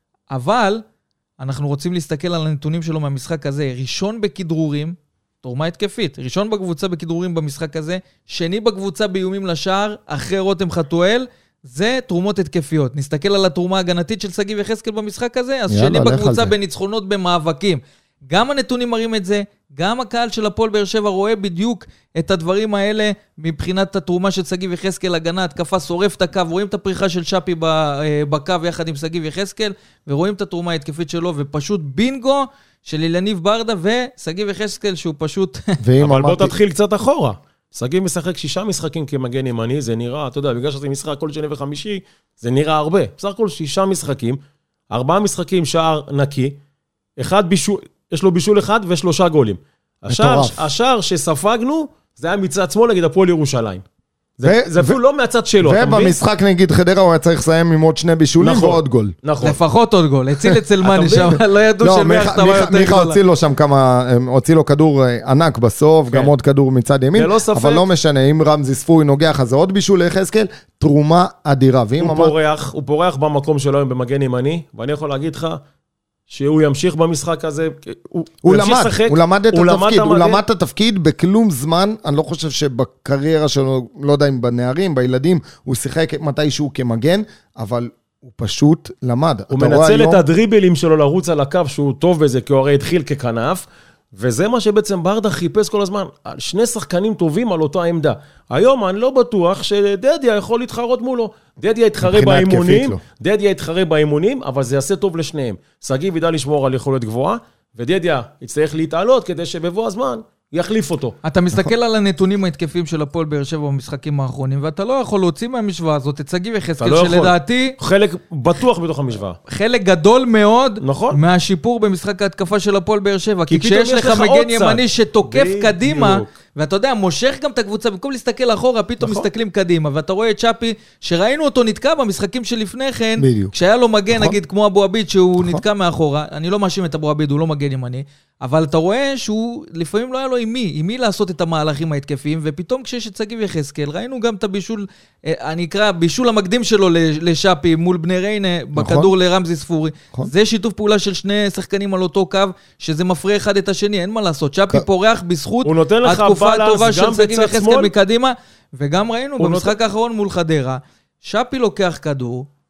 Speaker 2: אבל אנחנו רוצים להסתכל על הנתונים שלו מהמשחק הזה, ראשון בכדרורים, תרומה התקפית, ראשון בקבוצה בכדרורים במשחק הזה, שני בקבוצה באיומים לשער, אחרי רותם חתואל, זה תרומות התקפיות. נסתכל על התרומה ההגנתית של שגיב יחזקאל במשחק הזה, אז יאללה, שני בקבוצה בניצחונות במאבקים. גם הנתונים מראים את זה, גם הקהל של הפועל באר שבע רואה בדיוק את הדברים האלה, מבחינת התרומה של שגיב יחזקאל, הגנה, התקפה, שורף את הקו, רואים את הפריחה של שפי בקו יחד עם שגיב יחזקאל, ורואים את התרומה ההתקפית שלו, ופשוט בינגו, של אילניב ברדה וסגיב יחזקאל שהוא פשוט...
Speaker 4: אבל בוא תתחיל קצת אחורה. סגיב משחק שישה משחקים כמגן ימני, זה נראה, אתה יודע, בגלל שזה משחק כל שני וחמישי, זה נראה הרבה. בסך הכל שישה משחקים, ארבעה משחקים שער נקי, אחד בישול, יש לו בישול אחד ושלושה גולים. השער, השער שספגנו, זה היה מצד שמאל נגד הפועל ירושלים. זה, ו- זה אפילו ו- לא מהצד שלו, אתה מבין?
Speaker 3: ובמשחק נגיד חדרה הוא היה צריך לסיים עם עוד שני בישולים נכון, ועוד גול.
Speaker 2: נכון. לפחות עוד גול. הציל אצל מני שם, לא ידעו
Speaker 3: לא,
Speaker 2: של מי הכתבה יותר גדולה.
Speaker 3: מיכה הוציא לו שם כמה, הוציא לו כדור ענק בסוף, כן. גם עוד כדור מצד ימין, לא אבל לא משנה, אם רמזי ספורי נוגח, אז זה עוד בישול ליחזקאל, תרומה אדירה.
Speaker 4: הוא, אמר... פורח, הוא פורח במקום שלו היום במגן ימני, ואני יכול להגיד לך, שהוא ימשיך במשחק הזה, הוא,
Speaker 3: הוא למד, הוא למד את הוא התפקיד, למד הוא למד את התפקיד בכלום זמן, אני לא חושב שבקריירה שלו, לא יודע אם בנערים, בילדים, הוא שיחק מתישהו כמגן, אבל הוא פשוט למד.
Speaker 4: הוא מנצל היום... את הדריבלים שלו לרוץ על הקו, שהוא טוב בזה, כי הוא הרי התחיל ככנף, וזה מה שבעצם ברדה חיפש כל הזמן, שני שחקנים טובים על אותה עמדה. היום אני לא בטוח שדדיה יכול להתחרות מולו. דדיה יתחרה באימונים, דדיה יתחרה באימונים, אבל זה יעשה טוב לשניהם. שגיב ידע לשמור על יכולת גבוהה, ודדיה יצטרך להתעלות כדי שבבוא הזמן יחליף אותו.
Speaker 2: אתה מסתכל על הנתונים ההתקפים של הפועל באר שבע במשחקים האחרונים, ואתה לא יכול להוציא מהמשוואה הזאת את שגיב יחזקאל, שלדעתי...
Speaker 4: חלק בטוח בתוך המשוואה.
Speaker 2: חלק גדול מאוד
Speaker 4: נכון.
Speaker 2: מהשיפור במשחק ההתקפה של הפועל באר שבע, כי, כי כשיש לך מגן ימני שתוקף קדימה, ואתה יודע, מושך גם את הקבוצה, במקום להסתכל אחורה, פתאום נכון. מסתכלים קדימה, ואתה רואה את שפי, שראינו אותו נתקע במשחקים שלפני כן, בדיוק. כשהיה לו מגן, נכון. נגיד, כמו אבו עביד, שהוא נכון. נתקע מאחורה, אני לא מאשים את אבו עביד, הוא לא מגן ימני, אבל אתה רואה שהוא, לפעמים לא היה לו עם מי, עם מי לעשות את המהלכים ההתקפיים, ופתאום כשיש את שגיב יחזקאל, ראינו גם את הבישול, אני אקרא, בישול המקדים שלו לשפי, מול בני ריינה, בכדור לרמזי ספורי. זה שיתוף פעולה של שני שחקנים על אותו קו, שזה מפריע אחד את השני, אין מה לעשות. שפי פורח בזכות התקופה הטובה של שגיב יחזקאל מקדימה, וגם ראינו במשחק האחרון מול חדרה, שפי לוקח כדור,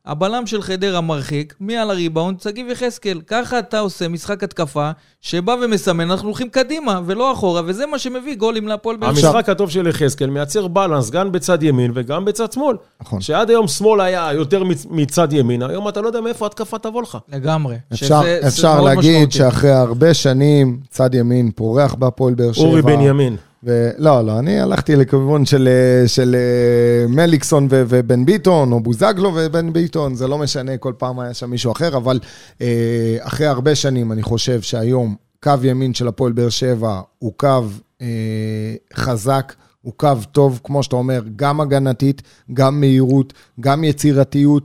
Speaker 2: הבלם של חדרה מרחיק, מי על הריבאונד? שגיב יחזקאל. ככה אתה עושה משחק התקפה, שבא ומסמן, אנחנו הולכים קדימה ולא אחורה, וזה מה שמביא גולים להפועל באר שבע.
Speaker 4: המשחק הטוב של יחזקאל מייצר בלנס, גם בצד ימין וגם בצד שמאל.
Speaker 3: נכון.
Speaker 4: שעד היום שמאל היה יותר מצד ימין, היום אתה לא יודע מאיפה התקפה תבוא לך.
Speaker 2: לגמרי.
Speaker 3: אפשר,
Speaker 2: שזה,
Speaker 3: אפשר
Speaker 2: זה
Speaker 3: להגיד שאחרי הרבה שנים, צד ימין פורח בהפועל באר שבע.
Speaker 4: אורי בן ימין.
Speaker 3: ולא, לא, אני הלכתי לכיוון של, של מליקסון ו, ובן ביטון, או בוזגלו ובן ביטון, זה לא משנה, כל פעם היה שם מישהו אחר, אבל אחרי הרבה שנים אני חושב שהיום קו ימין של הפועל באר שבע הוא קו חזק, הוא קו טוב, כמו שאתה אומר, גם הגנתית, גם מהירות, גם יצירתיות,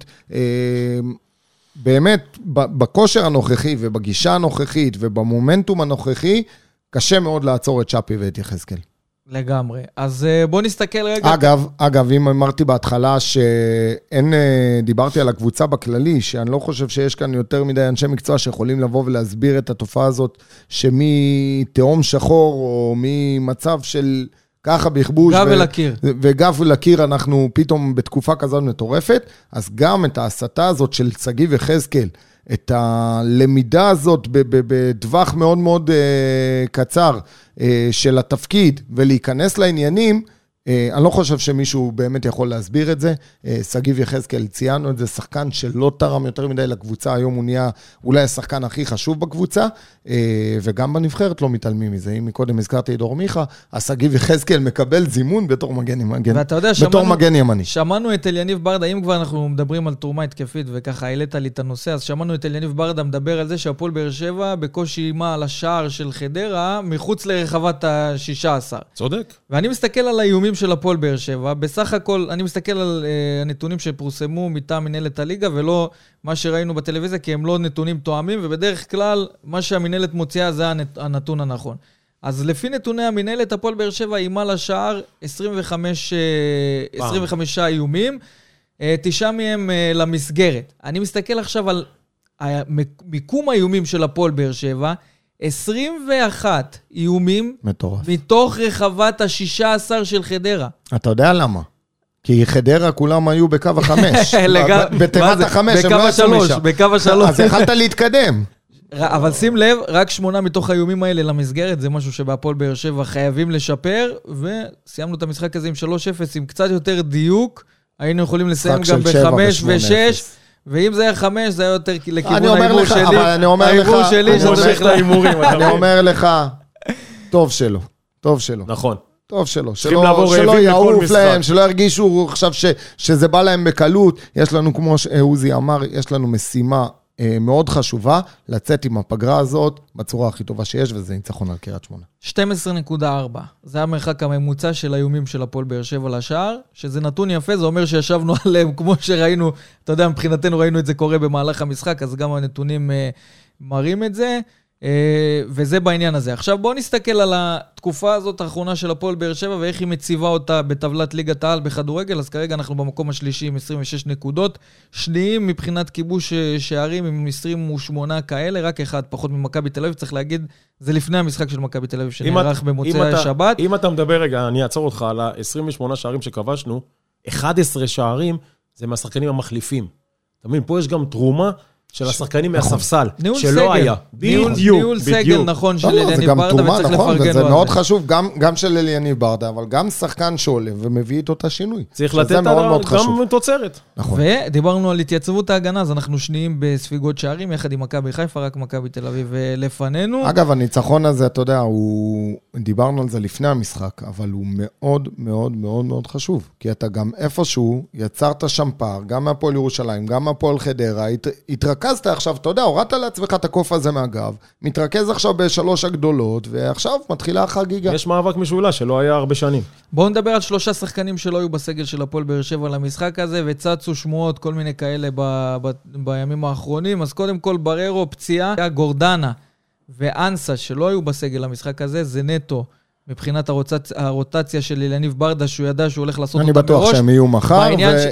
Speaker 3: באמת, בכושר הנוכחי ובגישה הנוכחית ובמומנטום הנוכחי, קשה מאוד לעצור את שפי ואת יחזקאל.
Speaker 2: לגמרי. אז בוא נסתכל רגע.
Speaker 3: אגב, אגב, אם אמרתי בהתחלה שאין, דיברתי על הקבוצה בכללי, שאני לא חושב שיש כאן יותר מדי אנשי מקצוע שיכולים לבוא ולהסביר את התופעה הזאת, שמתהום שחור או ממצב של ככה בכבוש.
Speaker 2: גב ולקיר.
Speaker 3: וגב ולקיר אנחנו פתאום בתקופה כזאת מטורפת, אז גם את ההסתה הזאת של שגיב יחזקאל, את הלמידה הזאת בטווח מאוד מאוד קצר של התפקיד ולהיכנס לעניינים, אני לא חושב שמישהו באמת יכול להסביר את זה. שגיב יחזקאל, ציינו את זה, שחקן שלא תרם יותר מדי לקבוצה, היום הוא נהיה אולי השחקן הכי חשוב בקבוצה, וגם בנבחרת לא מתעלמים מזה. אם מקודם הזכרתי את דור מיכה, אז שגיב יחזקאל מקבל זימון בתור מגן ימני. בתור מגן ימני.
Speaker 2: שמענו את אליניב ברדה, אם כבר אנחנו מדברים על תרומה התקפית, וככה העלית לי את הנושא, אז שמענו את אליניב ברדה מדבר על זה שהפועל באר שבע בקושי אימה על השער של חדרה, מחוץ לרחבת ה-שישה עשר.
Speaker 4: צודק.
Speaker 2: ואני מסתכל על האיומים של הפועל באר שבע, בסך הכל, אני מסתכל על uh, הנתונים שפורסמו מטעם מנהלת הליגה, ולא מה שראינו בטלוויזיה, כי הם לא נתונים תואמים, ובדרך כלל, מה שהמנהלת מוציאה זה הנת, הנתון הנכון. אז לפי נתוני המנהלת, הפועל באר שבע אימה לשער עשרים וחמישה איומים, תשעה מהם uh, למסגרת. אני מסתכל עכשיו על מיקום האיומים של הפועל באר שבע, עשרים ואחת איומים מטורף. מתוך רחבת ה-שישה עשר של חדרה.
Speaker 3: אתה יודע למה? כי חדרה כולם היו בקו החמש. בתיבת החמש, הם לא יצאו משם.
Speaker 2: בקו השלוש.
Speaker 3: אז יכלת להתקדם.
Speaker 2: אבל שים לב, רק שמונה מתוך האיומים האלה למסגרת, זה משהו שבהפועל באר שבע חייבים לשפר, וסיימנו את המשחק הזה עם שלוש אפס, עם קצת יותר דיוק, היינו יכולים לסיים גם ב-חמש ו-שש, ואם זה היה חמש, זה היה יותר לכיוון האימור שלי.
Speaker 3: אבל אני אומר לך, אני אומר לך, טוב שלו, טוב שלו.
Speaker 4: נכון.
Speaker 3: טוב שלו, שלא יעוף להם, שלא ירגישו עכשיו שזה בא להם בקלות. יש לנו, כמו שעוזי אמר, יש לנו משימה מאוד חשובה, לצאת עם הפגרה הזאת בצורה הכי טובה שיש, וזה ניצחון על קריית שמונה.
Speaker 2: שתים עשרה נקודה ארבע. זה המרחק הממוצע של האיומים של הפועל באר שבע לשער, שזה נתון יפה, זה אומר שישבנו עליהם, כמו שראינו, אתה יודע, מבחינתנו ראינו את זה קורה במהלך המשחק, אז גם הנתונים מראים את זה, וזה בעניין הזה. עכשיו בואו נסתכל על התקופה הזאת האחרונה של הפועל באר שבע, ואיך היא מציבה אותה בטבלת ליגת העל בכדורגל. אז כרגע אנחנו במקום השלישי עם עשרים ושש נקודות, שניים מבחינת כיבוש שערים עם עשרים ושמונה כאלה, רק אחד פחות ממכבי תל אביב. צריך להגיד, זה לפני המשחק של מכבי תל אביב שנערך במוצאי השבת.
Speaker 4: אם אתה מדבר רגע, אני אעצור אותך על ה-עשרים ושמונה שערים שכבשנו, אחד עשר שערים זה מהשחקנים המחליפים. אתה מבין, פה יש גם תרומה של השחקנים מהספסל, שלא היה.
Speaker 2: ניהול סגל נכון של אליניב ברדה, וצריך לפרגן לו על זה.
Speaker 3: זה מאוד חשוב, גם של אליניב ברדה, אבל גם שחקן שעולה ומביא איתו את השינוי.
Speaker 4: צריך לתת גם תוצרת.
Speaker 2: ודיברנו על התייצבות ההגנה, אז אנחנו שניים בספיגות שערים, יחד עם מכבי חיפה, רק מכבי תל אביב לפנינו.
Speaker 3: אגב, הניצחון הזה, אתה יודע, דיברנו על זה לפני המשחק, אבל הוא מאוד מאוד מאוד מאוד חשוב, כי אתה גם איפשהו יצרת שם פער, גם מהפועל ירושלים, גם מהפועל חדרה, התרכזת עכשיו, אתה יודע, הורדת לעצמך את הקוף הזה מהגב, מתרכז עכשיו בשלוש הגדולות, ועכשיו מתחילה החגיגה.
Speaker 4: יש מאבק משולש שלא היה הרבה שנים.
Speaker 2: בואו נדבר על שלושה שחקנים שלא היו בסגל של הפועל באר שבע למשחק הזה, וצצו שמועות כל מיני כאלה ב- ב- בימים האחרונים. אז קודם כל בררו פציעה, גורדנה ואנסה שלא היו בסגל למשחק הזה, זה נטו מבחינת הרוטציה של יניב ברדה, שהוא ידע שהוא הולך לעשות
Speaker 3: אותה
Speaker 2: מראש.
Speaker 3: אני בטוח שהם יהיו מחר,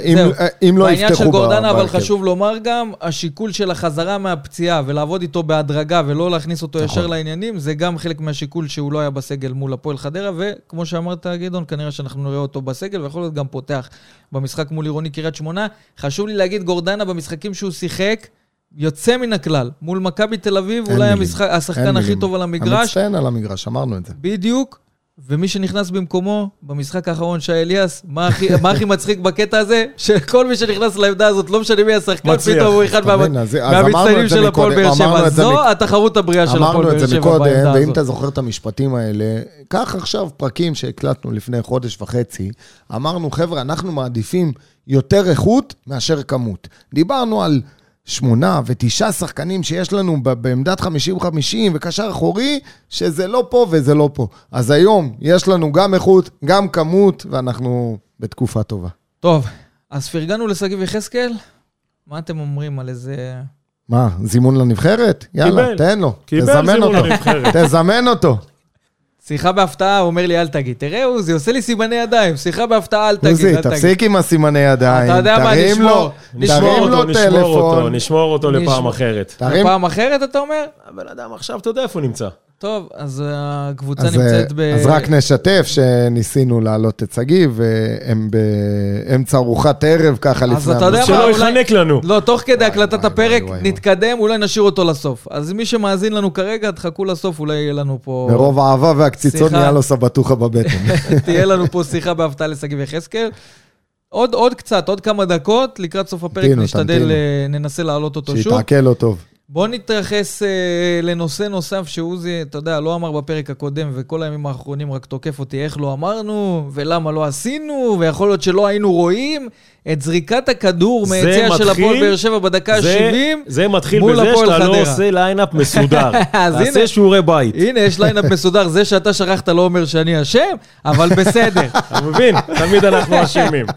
Speaker 3: ואם לא יפתחו...
Speaker 2: בעניין של גורדנה, אבל חשוב לומר גם, השיקול של החזרה מהפציעה, ולעבוד איתו בהדרגה, ולא להכניס אותו ישר לעניינים, זה גם חלק מהשיקול שהוא לא היה בסגל מול הפועל חדרה, וכמו שאמרת, גדעון, כנראה שאנחנו נראה אותו בסגל, ויכול להיות גם פותח במשחק מול עירוני קריית שמונה. חשוב לי להגיד, גורדנה במשחקים שהוא שיחק, יוצא מן הכלל. מול מכבי תל אביב, אולי המשחק, השחקן הכי טוב על המגרש.
Speaker 3: המצטיין על המגרש, אמרנו את זה.
Speaker 2: בדיוק. ומי שנכנס במקומו, במשחק האחרון שי אליאס, מה הכי, מה הכי מצחיק בקטע הזה? שכל מי שנכנס לעמדה הזאת, לא משנה מי השחקן, פתאום הוא אחד מהמצטיינים של הפועל באר שבע. זו התחרות הבריאה של הפועל באר שבע בעמדה הזאת.
Speaker 3: ואם אתה זוכר את המשפטים האלה, כך עכשיו פרקים שהקלטנו לפני חודש וחצי, אמרנו, חבר'ה, אנחנו מעדיפים יותר איכות מאשר כמות. דיברנו על שמונה ותשעה שחקנים שיש לנו בעמדת חמישים חמישים וקשר אחורי, שזה לא פה וזה לא פה. אז היום יש לנו גם איכות, גם כמות, ואנחנו בתקופה טובה.
Speaker 2: טוב, אז פרגנו לסגיב יחזקאל, מה אתם אומרים על איזה...
Speaker 3: מה, זימון לנבחרת? יאללה,
Speaker 4: קיבל.
Speaker 3: תן לו.
Speaker 4: קיבל
Speaker 3: תזמן
Speaker 4: זימון
Speaker 3: אותו.
Speaker 4: לנבחרת.
Speaker 3: תזמן אותו.
Speaker 2: שיחה בהפתעה, הוא אומר לי, אל תגיד. תראה, עוזי, עושה לי סימני ידיים. שיחה בהפתעה, אל תגיד.
Speaker 3: עוזי, תפסיק עם הסימני ידיים.
Speaker 2: אתה יודע מה, נשמור.
Speaker 4: נשמור אותו, נשמור אותו, נשמור אותו לפעם אחרת.
Speaker 2: לפעם אחרת, אתה אומר?
Speaker 4: הבן אדם עכשיו, אתה יודע איפה נמצא.
Speaker 2: טוב, אז הקבוצה נמצאת ב...
Speaker 3: אז רק נשתף שניסינו להעלות את סגיב, והם באמצע ארוחת ערב ככה לפני...
Speaker 2: אז אתה יודע מה...
Speaker 4: שלא יחנק לנו.
Speaker 2: לא, תוך כדי הקלטת הפרק נתקדם, אולי נשאיר אותו לסוף. אז מי שמאזין לנו כרגע, תחכו לסוף, אולי יהיה לנו פה...
Speaker 3: מרוב האהבה והקציצון נהיה לו סבתוכה בבטן.
Speaker 2: תהיה לנו פה שיחה בהפתעה לסגיב יחזקאל. עוד, עוד קצת, עוד כמה דקות, לקראת סוף הפרק נשתדל, ננסה להעלות אותו שוב.
Speaker 3: שיתעכל לו טוב.
Speaker 2: בוא נתייחס אה, לנושא נוסף שעוזי, אתה יודע, לא אמר בפרק הקודם, וכל הימים האחרונים רק תוקף אותי איך לא אמרנו, ולמה לא עשינו, ויכול להיות שלא היינו רואים את זריקת הכדור מהיציאה של הפועל באר שבע בדקה ה-שבעים.
Speaker 4: זה מתחיל בזה שאתה לא עושה ליינאפ מסודר. תעשה שיעורי בית.
Speaker 2: הנה, יש ליינאפ מסודר. זה שאתה שכחת לא אומר שאני אשם, אבל בסדר.
Speaker 4: אתה מבין? תמיד אנחנו אשמים.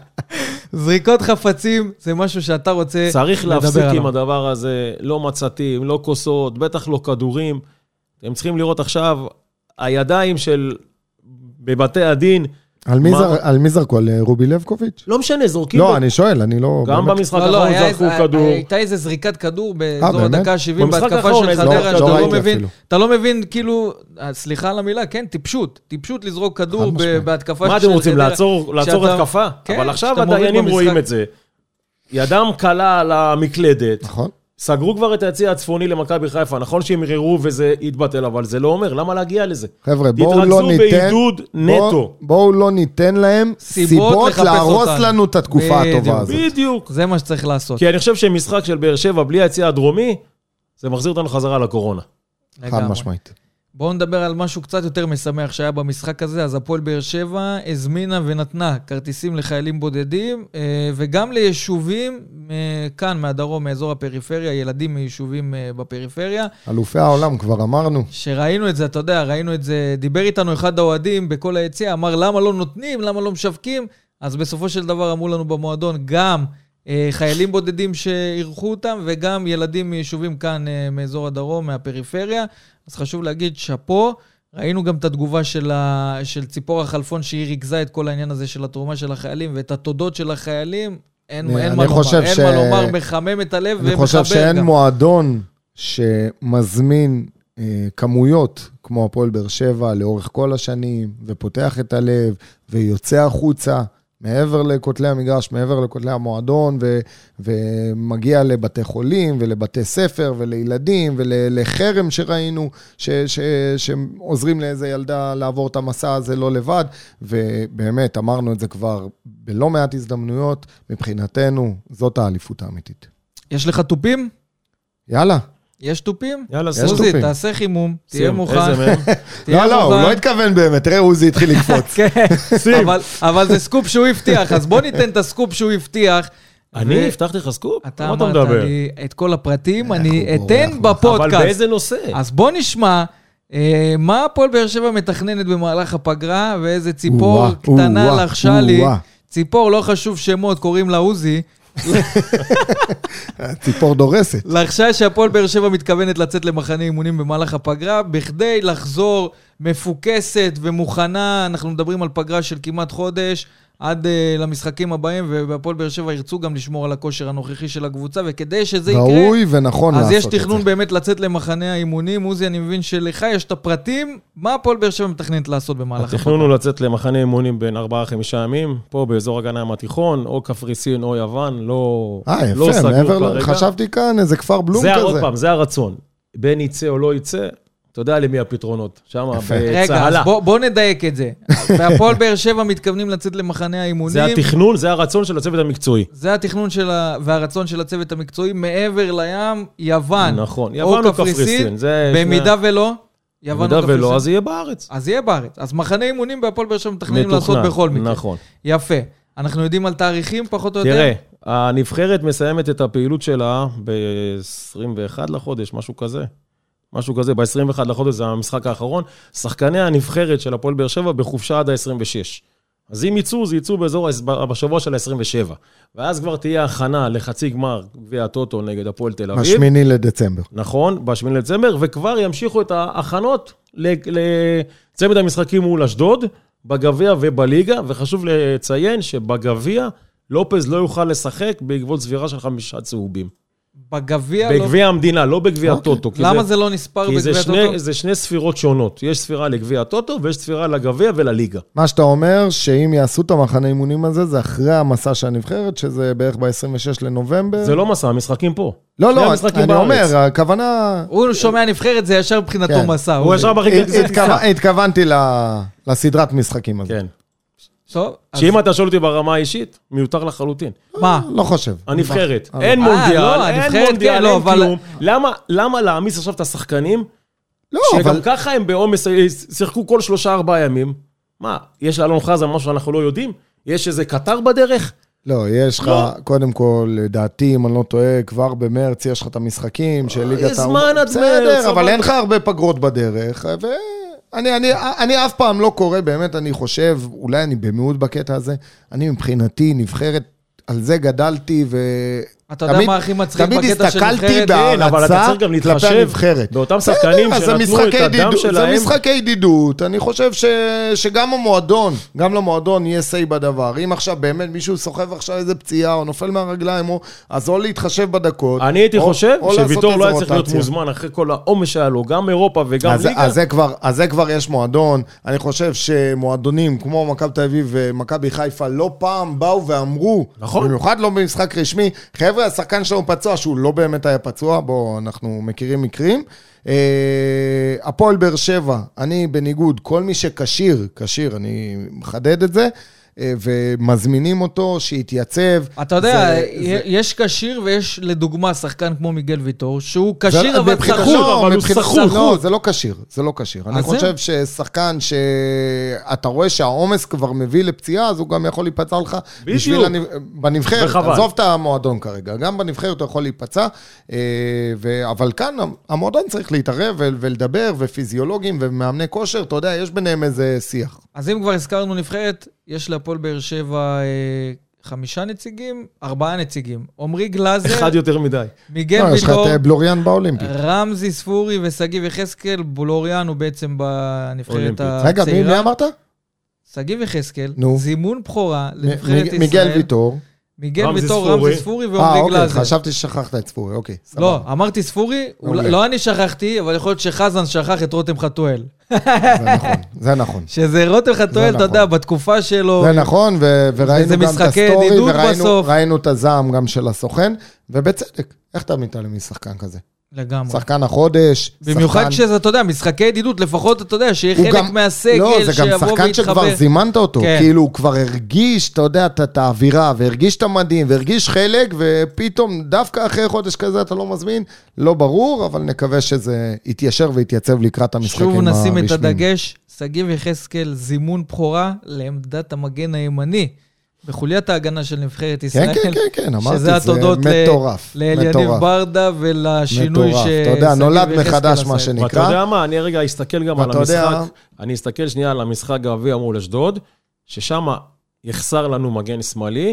Speaker 2: זריקות חפצים זה משהו שאתה רוצה לדבר עליו.
Speaker 4: צריך להפסיק עם הדבר הזה, לא מצתים, לא כוסות, בטח לא כדורים. הם צריכים לראות עכשיו, הידיים של, בבתי הדין.
Speaker 3: על מי זרקו? על רובי לבקוביץ'?
Speaker 4: לא משנה, זורקים.
Speaker 3: לא, אני שואל, אני לא...
Speaker 4: גם במשחק האחרון זרקו כדור.
Speaker 2: הייתה איזה זריקת כדור באזור הדקה ה-שבעים, בהתקפה של חדרה, שאתה לא מבין, אתה לא מבין, כאילו, סליחה על המילה, כן, טיפשות, טיפשות לזרוק כדור בהתקפה של חדרה.
Speaker 4: מה אתם רוצים, לעצור התקפה? אבל עכשיו הדיינים רואים את זה. ידם קלה על המקלדת.
Speaker 3: נכון.
Speaker 4: סגרו כבר את היציע הצפוני למכבי חיפה, נכון שהם יראו וזה יתבטל, אבל זה לא אומר, למה להגיע לזה?
Speaker 3: חבר'ה, בואו לא ניתן...
Speaker 4: תתרכזו בעידוד נטו.
Speaker 3: בואו לא ניתן להם סיבות להרוס לנו את התקופה הטובה הזאת.
Speaker 4: בדיוק.
Speaker 2: זה מה שצריך לעשות.
Speaker 4: כי אני חושב שמשחק של באר שבע בלי היציע הדרומי, זה מחזיר אותנו חזרה לקורונה.
Speaker 3: חד משמעית.
Speaker 2: בואו נדבר על משהו קצת יותר משמח שהיה במשחק הזה. אז הפועל באר שבע הזמינה ונתנה כרטיסים לחיילים בודדים, וגם ליישובים כאן מהדרום, מאזור הפריפריה, ילדים מיישובים בפריפריה.
Speaker 3: אלופי העולם, כבר אמרנו.
Speaker 2: שראינו את זה, אתה יודע, ראינו את זה, דיבר איתנו אחד האוהדים בכל היציאה, אמר למה לא נותנים, למה לא משווקים, אז בסופו של דבר אמרו לנו במועדון גם חיילים בודדים שערכו אותם, וגם ילדים מיישובים כאן מאזור הדרום, מהפריפריה. אז חשוב להגיד שפה, ראינו גם את התגובה של, ה... של ציפור החלפון, שהיא ריכזה את כל העניין הזה של התרומה של החיילים, ואת התודות של החיילים, אין, אין מה לומר, אין ש... מה לומר, מחמם את הלב ומחבר גם.
Speaker 3: אני חושב שאין מועדון שמזמין אה, כמויות, כמו הפועל באר שבע, לאורך כל השנים, ופותח את הלב, ויוצא החוצה, מעבר לכותלי המגרש, מעבר לכותלי המועדון, ו, ומגיע לבתי חולים, ולבתי ספר, ולילדים, ולחרם שראינו, ש, ש, שעוזרים לאיזה ילדה לעבור את המסע הזה לא לבד, ובאמת אמרנו את זה כבר בלא מעט הזדמנויות, מבחינתנו זאת האליפות האמיתית.
Speaker 2: יש לך טופים?
Speaker 3: יאללה.
Speaker 2: יש טופים?
Speaker 4: יאללה,
Speaker 2: עוזי, תעשה חימום, תהיה מוכן.
Speaker 3: לא, לא, הוא לא התכוון באמת, תראה, עוזי התחיל לקפוץ.
Speaker 2: כן, אבל זה סקופ שהוא הבטיח, אז בוא ניתן את הסקופ שהוא הבטיח.
Speaker 4: אני הבטחתי לך סקופ?
Speaker 2: אתה אמרת לי את כל הפרטים, אני אתן בפודקאסט.
Speaker 4: אבל באיזה נושא?
Speaker 2: אז בוא נשמע מה הפועל באר שבע מתכננת במהלך הפגרה, ואיזה ציפור קטנה לחשה לי. ציפור, לא חשוב שמות, קוראים לה עוזי.
Speaker 3: ציפור דורסת.
Speaker 2: לחשה שהפועל באר שבע מתכוונת לצאת למחנה אימונים במהלך הפגרה, בכדי לחזור מפוקסת ומוכנה, אנחנו מדברים על פגרה של כמעט חודש, עד uh, למשחקים הבאים, ובהפועל באר שבע ירצו גם לשמור על הכושר הנוכחי של הקבוצה, וכדי שזה יקרה,
Speaker 3: ראוי ונכון
Speaker 2: אז
Speaker 3: לעשות
Speaker 2: יש תכנון באמת לצאת למחנה האימונים. עוזי, אני מבין שלך יש את הפרטים, מה הפועל באר שבע מתכננת לעשות במהלך הפגרה?
Speaker 4: התכנון הוא לצאת למחנה אימונים בין ארבעה חמישה ימים, פה באזור הגנה ים התיכון, או קפריסין או יוון, לא,
Speaker 3: אה,
Speaker 4: לא
Speaker 3: יפה,
Speaker 4: סגור
Speaker 3: מעבר
Speaker 4: כרגע.
Speaker 3: חשבתי כאן איזה כפר בלום
Speaker 4: זה
Speaker 3: כזה.
Speaker 4: עוד פעם, זה הרצון. בין יצא או לא יצא, אתה יודע למי הפתרונות, שם
Speaker 2: רגע, אז
Speaker 4: בצהלה.
Speaker 2: בוא, בוא נדייק את זה. והפועל באר שבע מתכוונים לצאת למחנה האימונים.
Speaker 4: זה התכנון, זה הרצון של הצוות המקצועי.
Speaker 2: זה התכנון של ה... והרצון של הצוות המקצועי, מעבר לים, יוון.
Speaker 4: נכון, יוון או קפריסין. זה
Speaker 2: במידה
Speaker 4: שני...
Speaker 2: ולא, יוון
Speaker 4: במידה
Speaker 2: או קפריסין.
Speaker 4: ולא, אז יהיה בארץ.
Speaker 2: אז יהיה בארץ. אז מחנה אימונים בהפועל באר שבע מתכננים לעשות בכל מקרה.
Speaker 4: נכון.
Speaker 2: יפה. אנחנו יודעים על תאריכים פחות או יותר?
Speaker 4: תראה, הנבחרת מסיימת את הפעילות שלה ב-עשרים ואחד לחודש, משהו כזה. משהו כזה, ב-עשרים ואחד לחודש זה המשחק האחרון. שחקני הנבחרת של הפועל באר שבע בחופשה עד ה-עשרים ושש. אז אם יצאו, זה יצאו באזור, בשבוע של ה-עשרים ושבע. ואז כבר תהיה הכנה לחצי גמר גביע הטוטו נגד הפועל תל אביב.
Speaker 3: בשמיני לדצמבר.
Speaker 4: נכון, בשמיני לדצמבר, וכבר ימשיכו את ההכנות לצמד המשחקים מול אשדוד, בגביע ובליגה, וחשוב לציין שבגביע לופז לא יוכל לשחק בעקבות סבירה של חמישה צהובים.
Speaker 2: בגביע לא...
Speaker 4: בגביע המדינה, לא בגביע הטוטו.
Speaker 2: למה זה לא נספר בגביע הטוטו?
Speaker 4: כי זה שני ספירות שונות. יש ספירה לגביע הטוטו, ויש ספירה לגביע ולליגה.
Speaker 3: מה שאתה אומר, שאם יעשו את המחנה אימונים הזה, זה אחרי המסע של הנבחרת, שזה בערך ב-עשרים ושש לנובמבר.
Speaker 4: זה לא מסע, המשחקים פה.
Speaker 3: לא, לא, אני אומר, הכוונה...
Speaker 2: הוא שומע נבחרת, זה ישר מבחינתו מסע.
Speaker 4: הוא ישר
Speaker 3: התכוונתי לסדרת משחקים הזאת.
Speaker 4: כן. שאם אתה שואל אותי ברמה האישית, מיותר לחלוטין.
Speaker 2: מה?
Speaker 3: לא חושב.
Speaker 4: הנבחרת. אין מונדיאל, אין מונדיאל, אין כלום. למה להעמיס עכשיו את השחקנים, שגם ככה הם בעומס, שיחקו כל שלושה ארבעה ימים? מה, יש לאלון חזן משהו שאנחנו לא יודעים? יש איזה קטר בדרך?
Speaker 3: לא, יש לך, קודם כל, לדעתי, אם אני לא טועה, כבר במרץ יש לך את המשחקים של ליגת העולם.
Speaker 4: זמן עד
Speaker 3: מרץ. אבל אין לך הרבה פגרות בדרך, ו... אני, אני, אני אף פעם לא קורא, באמת אני חושב, אולי אני במיעוט בקטע הזה, אני מבחינתי נבחרת, על זה גדלתי ו...
Speaker 2: אתה יודע מה הכי מצחיק בקטע של נבחרת?
Speaker 3: תמיד הסתכלתי בהרצה כלפי הנבחרת.
Speaker 4: באותם שחקנים שנתנו את הדם שלהם.
Speaker 3: זה משחקי ידידות, אני חושב ש, שגם המועדון, גם למועדון יהיה סי בדבר. אם עכשיו באמת מישהו סוחב עכשיו איזה פציעה, או נופל מהרגליים, אז או להתחשב בדקות.
Speaker 4: אני הייתי חושב שוויתור לא היה צריך להיות מוזמן אחרי כל העומס שהיה לו, גם אירופה וגם ליגה.
Speaker 3: אז זה כבר יש מועדון. אני חושב שמועדונים כמו מכבי תל אביב ומכבי חיפה לא פעם באו ואמרו, במיוחד לא במשחק רשמי, חבר'ה, השחקן שלנו פצוע, שהוא לא באמת היה פצוע, בואו, אנחנו מכירים מקרים. הפועל באר שבע, אני בניגוד, כל מי שקשיר, קשיר, אני מחדד את זה, ומזמינים אותו שיתייצב.
Speaker 2: אתה יודע, יש קשיר ויש לדוגמה שחקן כמו מיגל ויטור, שהוא קשיר אבל סחוט,
Speaker 3: אבל הוא סחוט. לא, זה לא קשיר, זה לא קשיר. אני חושב ששחקן שאתה רואה שהעומס כבר מביא לפציעה, אז הוא גם יכול להיפצע לך בנבחרת. עזוב את המועדון כרגע, גם בנבחרת הוא יכול להיפצע, אבל כאן המועדון צריך להתערב ולדבר, ופיזיולוגים ומאמני כושר, אתה יודע, יש ביניהם איזה שיח.
Speaker 2: אז אם כבר הזכרנו נבחרת, יש להפועל באר שבע אה, חמישה נציגים, ארבעה נציגים. עומרי גלאזר,
Speaker 4: אחד יותר מדי.
Speaker 2: מיגל
Speaker 3: לא,
Speaker 2: ויטור,
Speaker 3: יש לך את בלוריאן באולימפי.
Speaker 2: רמזי ספורי וסגיב יחזקאל, בלוריאן הוא בעצם בנבחרת הצעירה.
Speaker 3: רגע, מי, מי אמרת?
Speaker 2: סגיב יחזקאל,
Speaker 3: נו.
Speaker 2: זימון בחורה לנבחרת ישראל.
Speaker 3: מיגל ויטור.
Speaker 2: מיגל ויטור, רמזי ספורי ועומרי גלאזר.
Speaker 3: אה, אוקיי, חשבתי ששכחת את ספורי, אוקיי.
Speaker 2: לא, אמרתי ספורי, לא אני שכחתי, אבל יכול להיות שחזן שכח את רותם חתואל.
Speaker 3: זה נכון, זה נכון.
Speaker 2: שזה רותם חתואל, אתה יודע, בתקופה שלו.
Speaker 3: זה נכון, וראינו גם את הסטורי, וראינו את הזעם גם של הסוכן, ובצדק, איך אתה מתעלם משחקן כזה?
Speaker 2: לגמרי.
Speaker 3: שחקן החודש.
Speaker 2: במיוחד כשזה, אתה יודע, משחקי ידידות, לפחות אתה יודע, שיהיה חלק מהסגל,
Speaker 3: לא, זה גם שחקן שכבר זימנת אותו, כאילו הוא כבר הרגיש, אתה יודע, את האווירה, והרגיש את המדים, והרגיש חלק, ופתאום דווקא אחרי חודש כזה אתה לא מזמין, לא ברור, אבל נקווה שזה יתיישר ויתייצב לקראת המשחקים הרשמיים.
Speaker 2: שוב נשים את הדגש, סגיב יחזקאל, זימון בחורה לעמדת המגן הימני. בחוליית ההגנה של נבחרת ישראל.
Speaker 3: כן, כן, כן, אמרתי,
Speaker 2: שזה התודות לאליניב ברדה ולשינוי
Speaker 3: ש... אתה יודע, נולד מחדש מה שנקרא.
Speaker 4: ואתה יודע מה, אני רגע אסתכל גם על המשחק, אני אסתכל שנייה על המשחק גביע מול אשדוד, ששם יחסר לנו מגן שמאלי,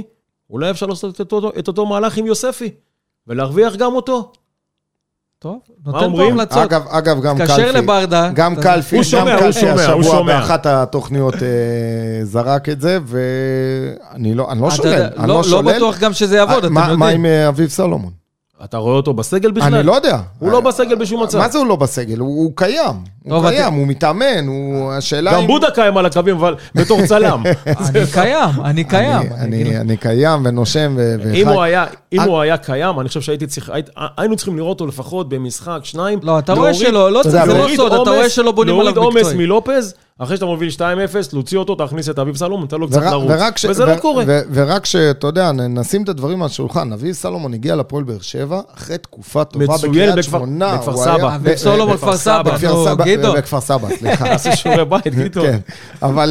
Speaker 4: אולי אפשר לעשות את אותו, את אותו מהלך עם יוספי, ולהרוויח גם אותו.
Speaker 2: טוב, נותן פה המלצות.
Speaker 3: אגב, אגב, גם קלפי.
Speaker 2: תקשר לברדה.
Speaker 3: גם קלפי,
Speaker 4: הוא שומע,
Speaker 3: גם קלפי, השבוע באחת התוכניות זרק את זה, ואני לא שולל.
Speaker 2: לא בטוח גם שזה יעבוד, אתם יודעים.
Speaker 3: מה עם אביב סלומון?
Speaker 4: אתה רואה אותו בסגל בכלל?
Speaker 3: אני לא יודע.
Speaker 4: הוא לא בסגל בשום מצב.
Speaker 3: מה זה הוא לא בסגל? הוא קיים. הוא קיים, הוא מתאמן, הוא... השאלה...
Speaker 4: גם בודה קיים על הקווים, אבל בתור צלם.
Speaker 2: אני קיים, אני קיים.
Speaker 3: אני קיים ונושם
Speaker 4: אם הוא היה קיים, אני חושב שהייתי צריך... היינו צריכים לראות אותו לפחות במשחק, שניים.
Speaker 2: לא, אתה רואה שלא, זה לא סוד, אתה רואה שלא בונים עליו מקצועי.
Speaker 4: להוריד עומס מלופז, אחרי שאתה מוביל שתיים אפס, להוציא אותו, תכניס את אביב סלומון, אתה לא קצת לרוץ. וזה לא קורה.
Speaker 3: ורק שאתה יודע, נשים את הדברים על השולחן, אביב סלומון הגיע לפועל באר שבע, אחרי תקופה טובה בקריית שמונה.
Speaker 4: בכפר סבא.
Speaker 2: אביב סלומון בכפר סבא.
Speaker 3: בכפר סבא, סליחה.
Speaker 4: עשה שיעורי בית, גידו.
Speaker 3: כן, אבל...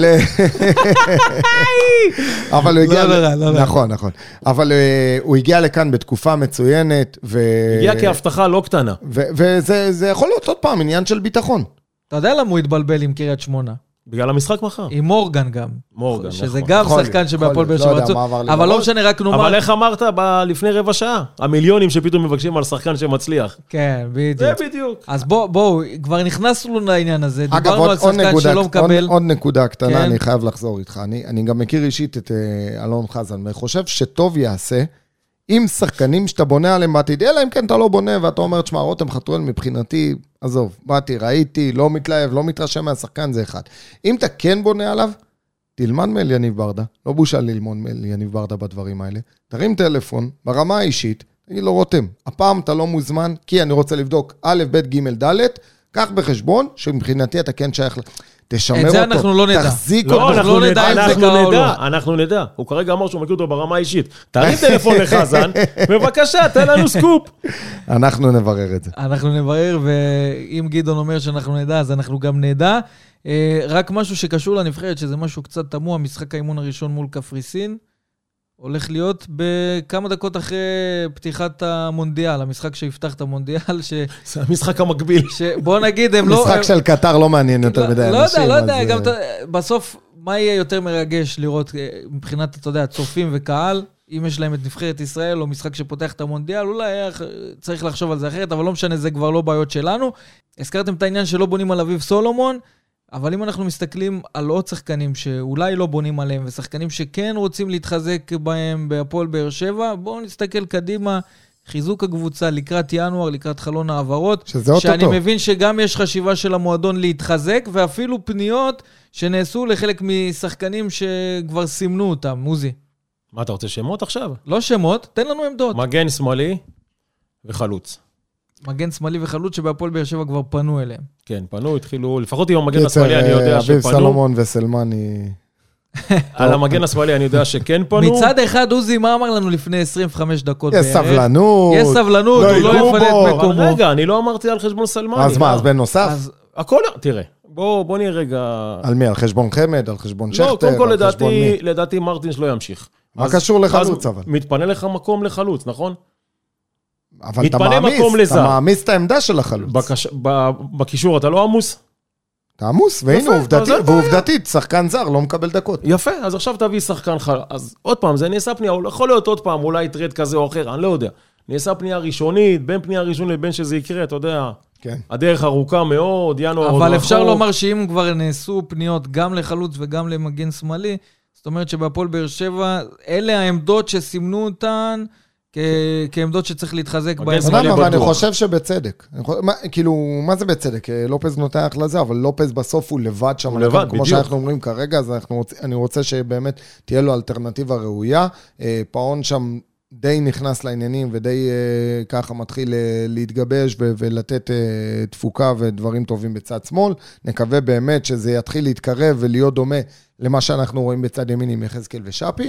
Speaker 3: אבל הוא הגיע... נכון, נכון. אבל הוא הגיע לכאן בתקופה מצוינת, ו...
Speaker 4: הגיע כהבטחה לא קטנה.
Speaker 3: וזה יכול להיות עוד פעם עניין של ביטחון.
Speaker 2: אתה יודע למה הוא התבלבל עם קריית שמונה?
Speaker 4: בגלל המשחק מחר.
Speaker 2: עם מורגן גם.
Speaker 4: מורגן, נכון.
Speaker 2: שזה גם שחקן שבהפועל באר שבע רצו. אבל לא משנה, רק נאמר...
Speaker 4: אבל איך אמרת לפני רבע שעה? המיליונים שפתאום מבקשים על שחקן שמצליח.
Speaker 2: כן, בדיוק.
Speaker 4: זה בדיוק.
Speaker 2: אז בואו, כבר נכנסנו לעניין הזה. דיברנו על שחקן שלא מקבל...
Speaker 3: עוד נקודה קטנה, אני חייב לחזור איתך. אני גם מכיר אישית את אלון חזן, וחושב שטוב יעשה עם שחקנים שאתה בונה עליהם בעתיד, אלא אם כן אתה לא בונה, ואתה אומר, תשמע, רותם חתואל מבחינתי, עזוב, באתי, ראיתי, לא מתלהב, לא מתרשם מהשחקן, זה אחד. אם אתה כן בונה עליו, תלמד מאל יניב ברדה, לא בושה ללמוד מאל יניב ברדה בדברים האלה, תרים טלפון, ברמה האישית, תגיד לו, רותם, הפעם אתה לא מוזמן, כי אני רוצה לבדוק א', ב', ג', ד', קח בחשבון, שמבחינתי אתה כן שייך... תשמר אותו,
Speaker 2: את זה אנחנו לא נדע.
Speaker 3: תחזיק
Speaker 4: אותו.
Speaker 3: לא,
Speaker 4: אנחנו לא נדע אם זה קרה או לא. אנחנו נדע. הוא כרגע אמר שהוא מכיר אותו ברמה האישית. תרים טלפון לחזן, בבקשה, תן לנו סקופ.
Speaker 3: אנחנו נברר את זה.
Speaker 2: אנחנו נברר, ואם גדעון אומר שאנחנו נדע, אז אנחנו גם נדע. רק משהו שקשור לנבחרת, שזה משהו קצת תמוה, משחק האימון הראשון מול קפריסין, הולך להיות בכמה דקות אחרי פתיחת המונדיאל, המשחק שיפתח את המונדיאל, ש...
Speaker 4: זה המשחק המקביל.
Speaker 2: בוא נגיד, הם לא...
Speaker 3: משחק של קטר לא מעניין יותר מדי
Speaker 2: אנשים. לא יודע, לא יודע, גם בסוף, מה יהיה יותר מרגש לראות מבחינת, אתה יודע, צופים וקהל, אם יש להם את נבחרת ישראל, או משחק שפותח את המונדיאל, אולי צריך לחשוב על זה אחרת, אבל לא משנה, זה כבר לא בעיות שלנו. הזכרתם את העניין שלא בונים על אביב סולומון, אבל אם אנחנו מסתכלים על עוד שחקנים שאולי לא בונים עליהם, ושחקנים שכן רוצים להתחזק בהם בהפועל באר שבע, בואו נסתכל קדימה, חיזוק הקבוצה לקראת ינואר, לקראת חלון העברות, שאני אותו. מבין שגם יש חשיבה של המועדון להתחזק, ואפילו פניות שנעשו לחלק משחקנים שכבר סימנו אותם. מוזי.
Speaker 4: מה, אתה רוצה שמות עכשיו?
Speaker 2: לא שמות, תן לנו עמדות.
Speaker 4: מגן שמאלי וחלוץ.
Speaker 2: מגן שמאלי וחלוץ שבהפועל באר שבע כבר פנו אליהם.
Speaker 4: כן, פנו, התחילו, לפחות עם המגן השמאלי אני יודע שפנו.
Speaker 3: אביב סלומון וסלמני.
Speaker 4: על המגן השמאלי אני יודע שכן פנו.
Speaker 2: מצד אחד, עוזי, מה אמר לנו לפני עשרים וחמש דקות
Speaker 3: בערך? יש סבלנות.
Speaker 2: יש סבלנות, הוא לא יפנה את מקומו.
Speaker 4: אבל רגע, אני לא אמרתי על חשבון סלמני.
Speaker 3: אז מה, אז בנוסף?
Speaker 4: הכל, תראה, בוא נהיה רגע...
Speaker 3: על מי? על חשבון חמד? על חשבון שכטר?
Speaker 4: לא, קודם כל לדעתי מרטינס לא ימשיך.
Speaker 3: מה קשור לחלוץ אבל?
Speaker 4: מתפנה לך מקום לחלוץ, נכון?
Speaker 3: אבל אתה מעמיס, אתה מעמיס את העמדה של החלוץ.
Speaker 4: בקישור אתה לא עמוס?
Speaker 3: אתה עמוס, והנה, ועובדתית, שחקן זר לא מקבל דקות.
Speaker 4: יפה, אז עכשיו תביא שחקן חלוץ. אז עוד פעם, זה נעשה פנייה, יכול להיות עוד פעם, אולי טרד כזה או אחר, אני לא יודע. נעשה פנייה ראשונית, בין פנייה ראשונית לבין שזה יקרה, אתה יודע, הדרך ארוכה מאוד, ינואר עוד רחוק. אבל
Speaker 2: אפשר לומר שאם כבר נעשו פניות גם לחלוץ וגם למגן שמאלי, זאת אומרת שבהפועל באר שבע, אלה העמדות שסימנו אותן, כעמדות שצריך להתחזק בהן.
Speaker 3: אבל אני חושב שבצדק. כאילו, מה זה בצדק? לופז נותח לזה, אבל לופז בסוף הוא לבד שם.
Speaker 4: הוא לבד, בדיוק.
Speaker 3: כמו שאנחנו אומרים כרגע, אז אני רוצה שבאמת תהיה לו אלטרנטיבה ראויה. פאון שם די נכנס לעניינים, ודי ככה מתחיל להתגבש ולתת תפוקה ודברים טובים בצד שמאל. נקווה באמת שזה יתחיל להתקרב ולהיות דומה למה שאנחנו רואים בצד ימין עם יחזקאל ושאפי.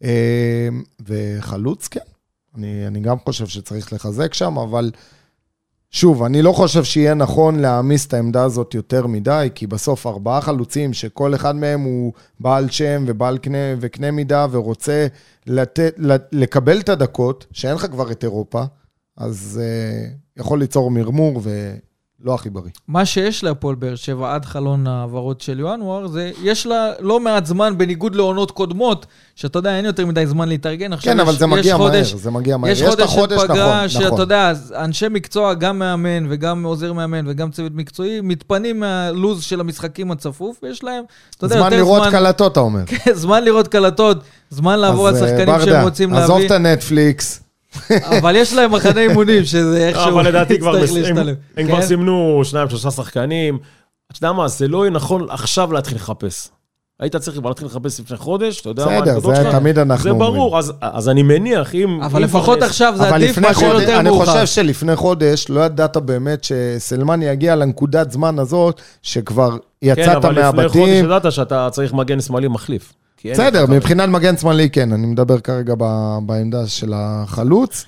Speaker 3: וחלוץ, כן. אני, אני גם חושב שצריך לחזק שם, אבל שוב, אני לא חושב שיהיה נכון להעמיס את העמדה הזאת יותר מדי, כי בסוף ארבעה חלוצים, שכל אחד מהם הוא בעל שם ובעל קנה, וקנה מידה, ורוצה לתת, לקבל את הדקות, שאין לך כבר את אירופה, אז uh, יכול ליצור מרמור, לא הכי בריא.
Speaker 2: מה שיש להפועל באר שבע עד חלון העברות של ינואר, זה יש לה לא מעט זמן בניגוד לעונות קודמות, שאתה יודע, אין יותר מדי זמן להתארגן.
Speaker 3: כן, אבל זה מגיע מהר, זה מגיע מהר.
Speaker 2: יש חודש של פגרה, שאתה יודע, אנשי מקצוע, גם מאמן וגם עוזר מאמן וגם צוות מקצועי, מתפנים מהלוז של המשחקים הצפוף, ויש להם, אתה יודע, יותר זמן...
Speaker 3: זמן לראות קלטות, אתה אומר.
Speaker 2: כן, זמן לראות קלטות, זמן לעבור על שחקנים שהם רוצים להביא.
Speaker 3: עזוב את הנטפליקס.
Speaker 2: אבל יש להם מחנה אימונים, שזה איכשהו...
Speaker 4: אבל לדעתי הם כבר סימנו שניים, שלושה שחקנים. אתה יודע מה, זה לא נכון עכשיו להתחיל לחפש. היית צריך להתחיל לחפש לפני חודש, אתה יודע מה...
Speaker 3: בסדר, זה תמיד אנחנו
Speaker 4: אומרים. זה ברור, אז אני מניח, אם...
Speaker 2: אבל לפחות עכשיו זה עדיף משהו יותר
Speaker 3: מאוחר.
Speaker 2: מאוחר.
Speaker 3: אני חושב שלפני חודש לא ידעת באמת שסלמן יגיע לנקודת זמן הזאת, שכבר יצאת מהבתים. כן, אבל לפני חודש
Speaker 4: ידעת שאתה צריך מגן שמאלי מחליף.
Speaker 3: בסדר, מבחינת מגן שמאלי כן, אני מדבר כרגע בעמדה של החלוץ,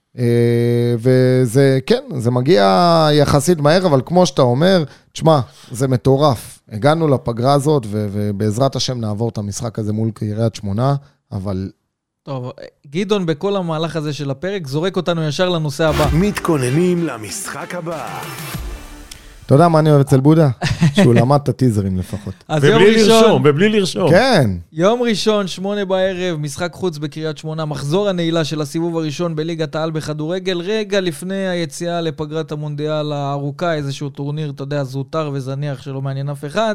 Speaker 3: וזה כן, זה מגיע יחסית מהר, אבל כמו שאתה אומר, תשמע, זה מטורף. הגענו לפגרה הזאת, ובעזרת השם נעבור את המשחק הזה מול קריית שמונה, אבל...
Speaker 2: טוב, גדעון בכל המהלך הזה של הפרק, זורק אותנו ישר לנושא הבא.
Speaker 1: מתכוננים למשחק הבא.
Speaker 3: אתה יודע מה אני אוהב אצל בודה? שהוא למד את הטיזרים לפחות.
Speaker 4: ובלי לרשום, ובלי לרשום.
Speaker 3: כן.
Speaker 2: יום ראשון, שמונה בערב, משחק חוץ בקריית שמונה, מחזור הנעילה של הסיבוב הראשון בליגת העל בכדורגל, רגע לפני היציאה לפגרת המונדיאל הארוכה, איזשהו טורניר, אתה יודע, זוטר וזניח שלא מעניין אף אחד.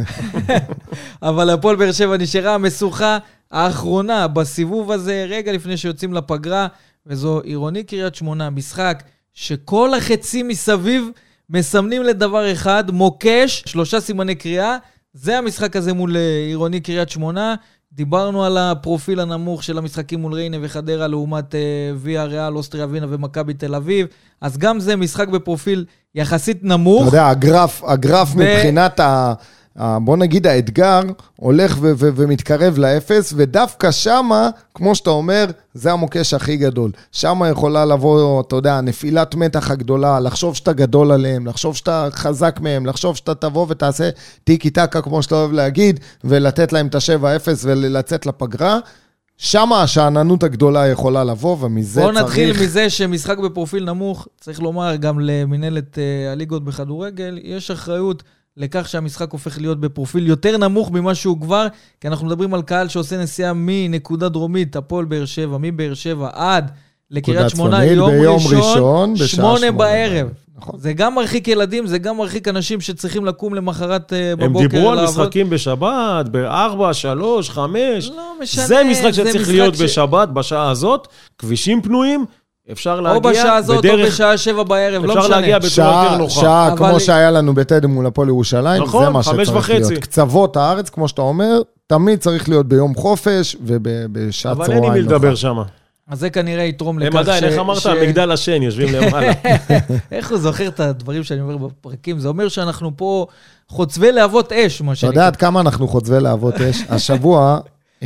Speaker 2: אבל הפועל באר שבע נשארה המשוכה האחרונה בסיבוב הזה, רגע לפני שיוצאים לפגרה, וזו עירוני קריית שמונה, משחק שכל החצים מסביב מסמנים לדבר אחד, מוקש, שלושה סימני קריאה, זה המשחק הזה מול עירוני קריית שמונה, דיברנו על הפרופיל הנמוך של המשחקים מול ריינה וחדרה, לעומת ויה ריאל, אוסטריה ווינה ומכבי תל אביב, אז גם זה משחק בפרופיל יחסית נמוך.
Speaker 3: אתה יודע, הגרף, הגרף ו... מבחינת ה... בוא נגיד האתגר הולך ו- ו- ומתקרב לאפס, ודווקא שמה, כמו שאתה אומר, זה המוקש הכי גדול. שמה יכולה לבוא, אתה יודע, נפילת מתח הגדולה, לחשוב שאתה גדול עליהם, לחשוב שאתה חזק מהם, לחשוב שאתה תבוא ותעשה טיקי טקה, כמו שאתה אוהב להגיד, ולתת להם את ה-שבע אפס ולצאת לפגרה. שמה השעננות הגדולה יכולה לבוא, ומזה צריך...
Speaker 2: בואו נתחיל מזה שמשחק בפרופיל נמוך, צריך לומר גם למנהלת הליגות בכדורגל, יש אחריות לכך שהמשחק הופך להיות בפרופיל יותר נמוך ממה שהוא כבר, כי אנחנו מדברים על קהל שעושה נסיעה מנקודה דרומית, הפועל באר שבע, מבאר שבע עד לקריית שמונה, יום ראשון, שמונה בערב. נכון. זה גם מרחיק ילדים, זה גם מרחיק אנשים שצריכים לקום למחרת בבוקר.
Speaker 4: הם דיברו על משחקים בשבת, ב-ארבע, שלוש, חמש.
Speaker 2: לא משנה.
Speaker 4: זה משחק שצריך להיות בשבת, בשעה הזאת, כבישים פנויים, אפשר להגיע
Speaker 2: או בשעה הזאת בדרך, או בשעה שבע בערב, לא משנה.
Speaker 4: אפשר להגיע בצורה יותר נוחה.
Speaker 3: שעה, אבל... כמו שהיה לנו בטדם מול הפועל ירושלים,
Speaker 4: נכון,
Speaker 3: זה מה שצריך
Speaker 4: וחצי.
Speaker 3: להיות. קצוות הארץ, כמו שאתה אומר, תמיד צריך להיות ביום חופש ובשעה צהריים.
Speaker 4: אבל אין לי מי לדבר שם.
Speaker 2: אז זה כנראה יתרום לכך ש...
Speaker 4: הם עדיין, איך אמרת? מגדל השן, יושבים למעלה.
Speaker 2: איך הוא זוכר את הדברים שאני אומר בפרקים? זה אומר שאנחנו פה חוצבי להבות אש, מה שנקרא.
Speaker 3: אתה יודע עד כמה אנחנו חוצבי להבות אש? השבוע,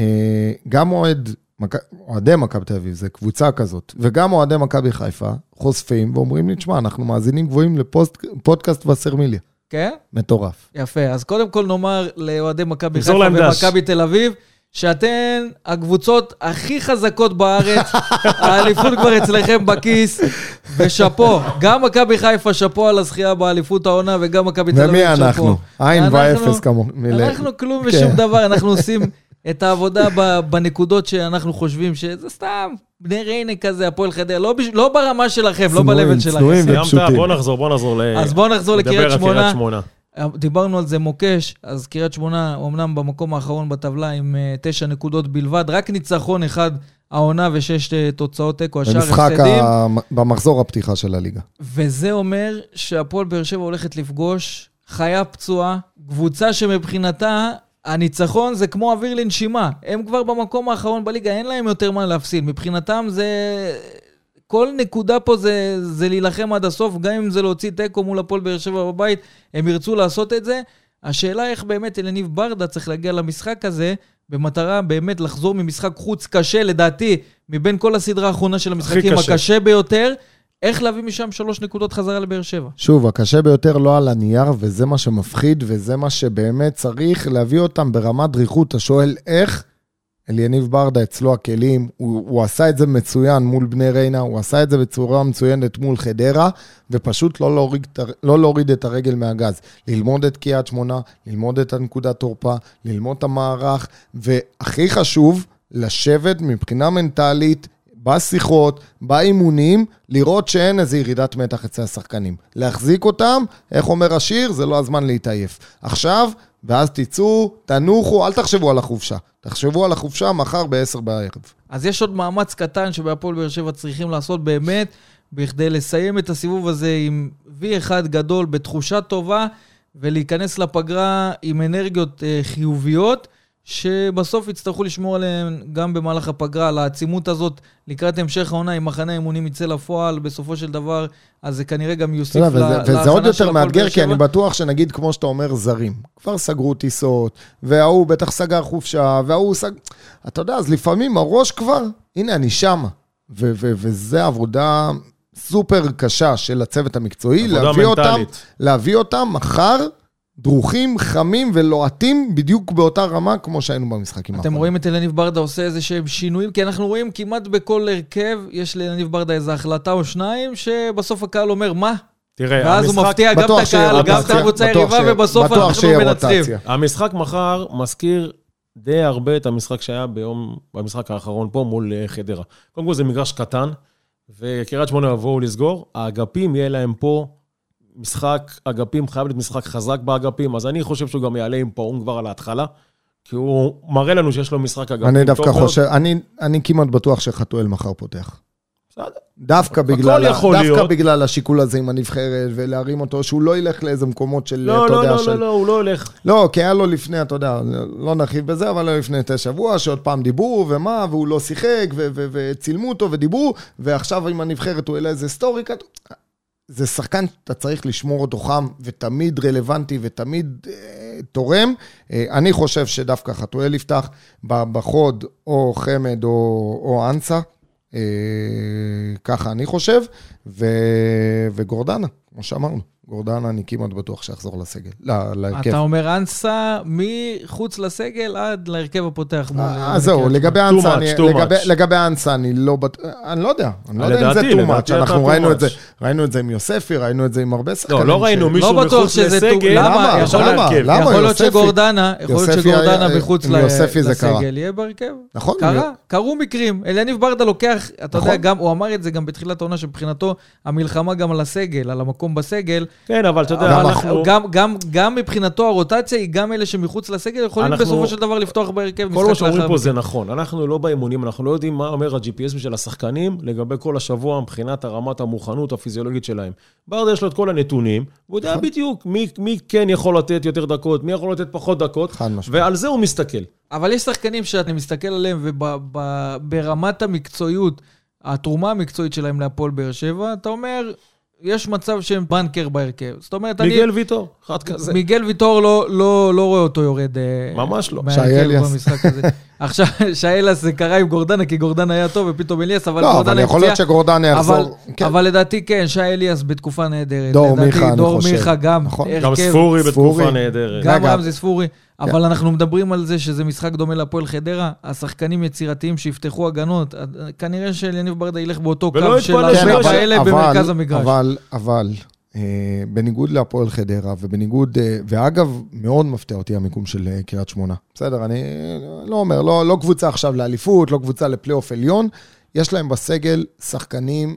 Speaker 3: גם אוהד... אוהדי מכבי תל אביב, זה קבוצה כזאת, וגם אוהדי מכבי חיפה חושפים ואומרים לי, תשמע, אנחנו מאזינים גבוהים לפודקאסט וסרמיליה.
Speaker 2: כן?
Speaker 3: מטורף.
Speaker 2: יפה, אז קודם כל נאמר לאוהדי מכבי חיפה ומכבי תל אביב, שאתן הקבוצות הכי חזקות בארץ, האליפות כבר אצלכם בכיס, ושפו, גם מכבי חיפה שפו על הזכייה באליפות העונה, וגם מכבי תל אביב שפו.
Speaker 3: ומי אנחנו? עין ואפס כמו.
Speaker 2: אנחנו כלום ושום דבר, אנחנו עושים... את העבודה בנקודות שאנחנו חושבים שזה סתם בני ריינה כזה, הפועל חדרה, לא, לא ברמה שלכם, לא בלבל שלכם.
Speaker 4: סיימת, בוא נחזור, בוא נחזור.
Speaker 2: אז בוא נחזור לקריית שמונה. דיברנו על זה מוקש, אז קריית שמונה אומנם במקום האחרון בטבלה עם תשע נקודות בלבד, רק ניצחון אחד העונה ושש תוצאות תיקו, השאר הפסדים.
Speaker 3: במשחק במחזור הפתיחה של הליגה.
Speaker 2: וזה אומר שהפועל באר שבע הולכת לפגוש חיה פצועה, קבוצה שמבחינתה הניצחון זה כמו אוויר לנשימה. הם כבר במקום האחרון בליגה, אין להם יותר מה להפסיד. מבחינתם זה... כל נקודה פה זה, זה להילחם עד הסוף, גם אם זה להוציא טקו מול הפועל באר שבע בבית, הם ירצו לעשות את זה. השאלה איך באמת אלניב ברדה צריך להגיע למשחק הזה, במטרה באמת לחזור ממשחק חוץ קשה, לדעתי, מבין כל הסדרה האחרונה של המשחקים הקשה ביותר, איך להביא משם שלוש נקודות חזרה לבאר שבע?
Speaker 3: שוב, הקשה ביותר לא על הנייר, וזה מה שמפחיד, וזה מה שבאמת צריך להביא אותם ברמת דריכות. אתה שואל איך, אליניב ברדה, אצלו הכלים, הוא, הוא עשה את זה מצוין מול בני ריינה, הוא עשה את זה בצורה מצוינת מול חדרה, ופשוט לא להוריד, לא להוריד את הרגל מהגז. ללמוד את קריית שמונה, ללמוד את הנקודת תורפה, ללמוד את המערך, והכי חשוב, לשבת מבחינה מנטלית, בשיחות, באימונים, לראות שאין איזו ירידת מתח אצל השחקנים. להחזיק אותם, איך אומר השיר, זה לא הזמן להתעייף. עכשיו, ואז תצאו, תנוחו, אל תחשבו על החופשה. תחשבו על החופשה מחר ב-עשר בערב.
Speaker 2: אז יש עוד מאמץ קטן שבהפועל באר שבע צריכים לעשות באמת, בכדי לסיים את הסיבוב הזה עם וי אחד גדול, בתחושה טובה, ולהיכנס לפגרה עם אנרגיות אה, חיוביות, שבסוף יצטרכו לשמור עליהם גם במהלך הפגרה, על העצימות הזאת לקראת המשך העונה, עם מחנה האימונים יצא לפועל, בסופו של דבר, אז זה כנראה גם יוסיף להכנה של הפועל באר שבע.
Speaker 3: וזה עוד יותר מאתגר, כי אני בטוח שנגיד, כמו שאתה אומר, זרים. כבר סגרו טיסות, והוא בטח סגר חופשה, והוא סג... אתה יודע, אז לפעמים הראש כבר, הנה, אני שם. וזה עבודה סופר קשה של הצוות המקצועי, להביא אותם, להביא אותם מחר, דרוכים, חמים ולועטים בדיוק באותה רמה כמו שהיינו במשחקים האחרונים.
Speaker 2: אתם רואים את אליניב ברדה עושה איזה שהם שינויים, כי אנחנו רואים כמעט בכל הרכב, יש לאליניב ברדה איזו החלטה או שניים, שבסוף הקהל אומר, מה?
Speaker 4: תראה,
Speaker 2: ואז הוא מפתיע גם את הקהל, גם את הקבוצה היריבה, ובסוף אנחנו מנצחים.
Speaker 4: המשחק מחר מזכיר די הרבה את המשחק שהיה ביום, במשחק האחרון פה מול חדרה. קודם כל זה מגרש קטן, וקריית שמונה יבואו לסגור, האגפים יהיה להם פה משחק אגפים, חייב להיות משחק חזק באגפים, אז אני חושב שהוא גם יעלה עם פאון כבר על ההתחלה, כי הוא מראה לנו שיש לו משחק אגפים.
Speaker 3: אני דווקא חושב, אני, אני כמעט בטוח שחתואל מחר פותח. דווקא בגלל, דווקא בגלל השיקול הזה עם הנבחרת, ולהרים אותו, שהוא לא ילך לאיזה מקומות של,
Speaker 4: לא,
Speaker 3: אתה
Speaker 4: לא,
Speaker 3: יודע,
Speaker 4: לא,
Speaker 3: של...
Speaker 4: לא, לא, הוא לא הולך.
Speaker 3: לא, כי היה לו לפני, אתה יודע, לא נרחיב בזה, אבל לא לפני את השבוע, שעוד פעם דיברו, ומה, והוא לא שיחק, ו- ו- וצילמו אותו ודיברו, ועכשיו עם הנבחרת הוא העלה איזה סטורי, זה שחקן, אתה צריך לשמור אותו חם, ותמיד רלוונטי, ותמיד אה, תורם. אה, אני חושב שדווקא חתואל יפתח בחוד, או חמד, או, או אנסה. אה, ככה אני חושב. ו, וגורדנה, כמו שאמרנו. גורדנה, אני כמעט בטוח שיחזור לסגל, להרכב.
Speaker 2: אתה אומר אנסה מחוץ לסגל עד להרכב הפותח.
Speaker 3: אז זהו, לגבי אנסה, לגבי אנסה, אני לא אני לא יודע, אני לא יודע אם זה too much, אנחנו ראינו את זה, ראינו את זה עם יוספי, ראינו את זה עם הרבה שחקנים.
Speaker 4: לא, לא ראינו מישהו מחוץ לסגל.
Speaker 3: למה? למה?
Speaker 2: יכול להיות שגורדנה, יכול להיות שגורדנה מחוץ לסגל, יהיה בהרכב.
Speaker 3: נכון.
Speaker 2: קרה, קרו מקרים. אליניב ברדה לוקח, אתה יודע, הוא אמר את זה גם בתחילת העונה, שבחינתו המלחמה גם על הסגל, על המקום בסגל.
Speaker 4: כן, אבל אתה יודע,
Speaker 2: אנחנו... גם, גם, גם מבחינתו הרוטציה היא גם אלה שמחוץ לסגל יכולים אנחנו... בסופו של דבר לפתוח בהרכב.
Speaker 4: כל מה שאומרים פה זה נכון. אנחנו לא באימונים, אנחנו לא יודעים מה אומר ה-ג'י פי אס של השחקנים לגבי כל השבוע מבחינת הרמת המוכנות הפיזיולוגית שלהם. ברדה יש לו את כל הנתונים, והוא יודע בדיוק מי, מי כן יכול לתת יותר דקות, מי יכול לתת פחות דקות, ועל זה הוא מסתכל.
Speaker 2: אבל יש שחקנים שאתה מסתכל עליהם, וברמת המקצועיות, התרומה המקצועית שלהם להפועל באר שבע, אתה אומר... יש מצב שהם בנקר בהרכב. זאת אומרת, אני...
Speaker 4: מיגל ויטור, אחד כזה.
Speaker 2: מיגל ויטור לא, לא, לא רואה אותו יורד...
Speaker 4: ממש לא.
Speaker 3: שי אליאס.
Speaker 2: במשחק הזה. עכשיו, שי אליאס זה קרה עם גורדנה, כי גורדנה היה טוב, ופתאום אליאס, אבל...
Speaker 3: לא, אבל יכול להיות שגורדנה יחזור.
Speaker 2: אבל לדעתי כן, שי אליאס בתקופה נהדרת.
Speaker 3: דור מיכה, אני חושב.
Speaker 2: דור מיכה גם.
Speaker 4: גם ספורי בתקופה נהדרת.
Speaker 2: גם רמזי ספורי. אבל אנחנו מדברים על זה שזה משחק דומה להפועל חדרה, השחקנים יצירתיים שיפתחו הגנות, כנראה שאליניב ברדה ילך באותו קו של הרבה כאלה במרכז המגרש.
Speaker 3: אבל, אבל, בניגוד להפועל חדרה, ובניגוד, ואגב, מאוד מפתיע אותי המיקום של קריית שמונה. בסדר, אני לא אומר, לא, לא קבוצה עכשיו לאליפות, לא קבוצה לפלייאוף עליון, יש להם בסגל שחקנים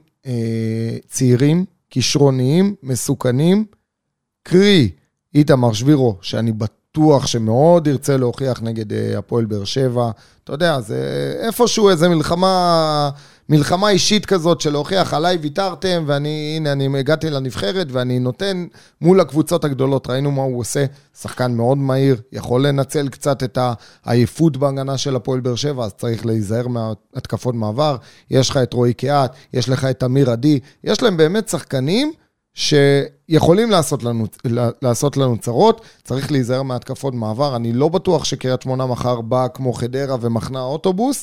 Speaker 3: צעירים, כישרוניים, מסוכנים, קרי, איתמר שבירו, שאני בטוח, בטוח שמאוד ירצה להוכיח נגד הפועל באר שבע. אתה יודע, זה איפשהו איזו מלחמה, מלחמה אישית כזאת של להוכיח עליי ויתרתם, ואני, הנה, אני הגעתי לנבחרת, ואני נותן מול הקבוצות הגדולות, ראינו מה הוא עושה, שחקן מאוד מהיר, יכול לנצל קצת את העייפות בהגנה של הפועל באר שבע, אז צריך להיזהר מהתקפות מעבר, יש לך את רועי קיאט, יש לך את אמיר עדי, יש להם באמת שחקנים, שיכולים לעשות לנו, לעשות לנו צרות, צריך להיזהר מהתקפות מעבר, אני לא בטוח שקריית שמונה מחר באה כמו חדרה ומחנה אוטובוס,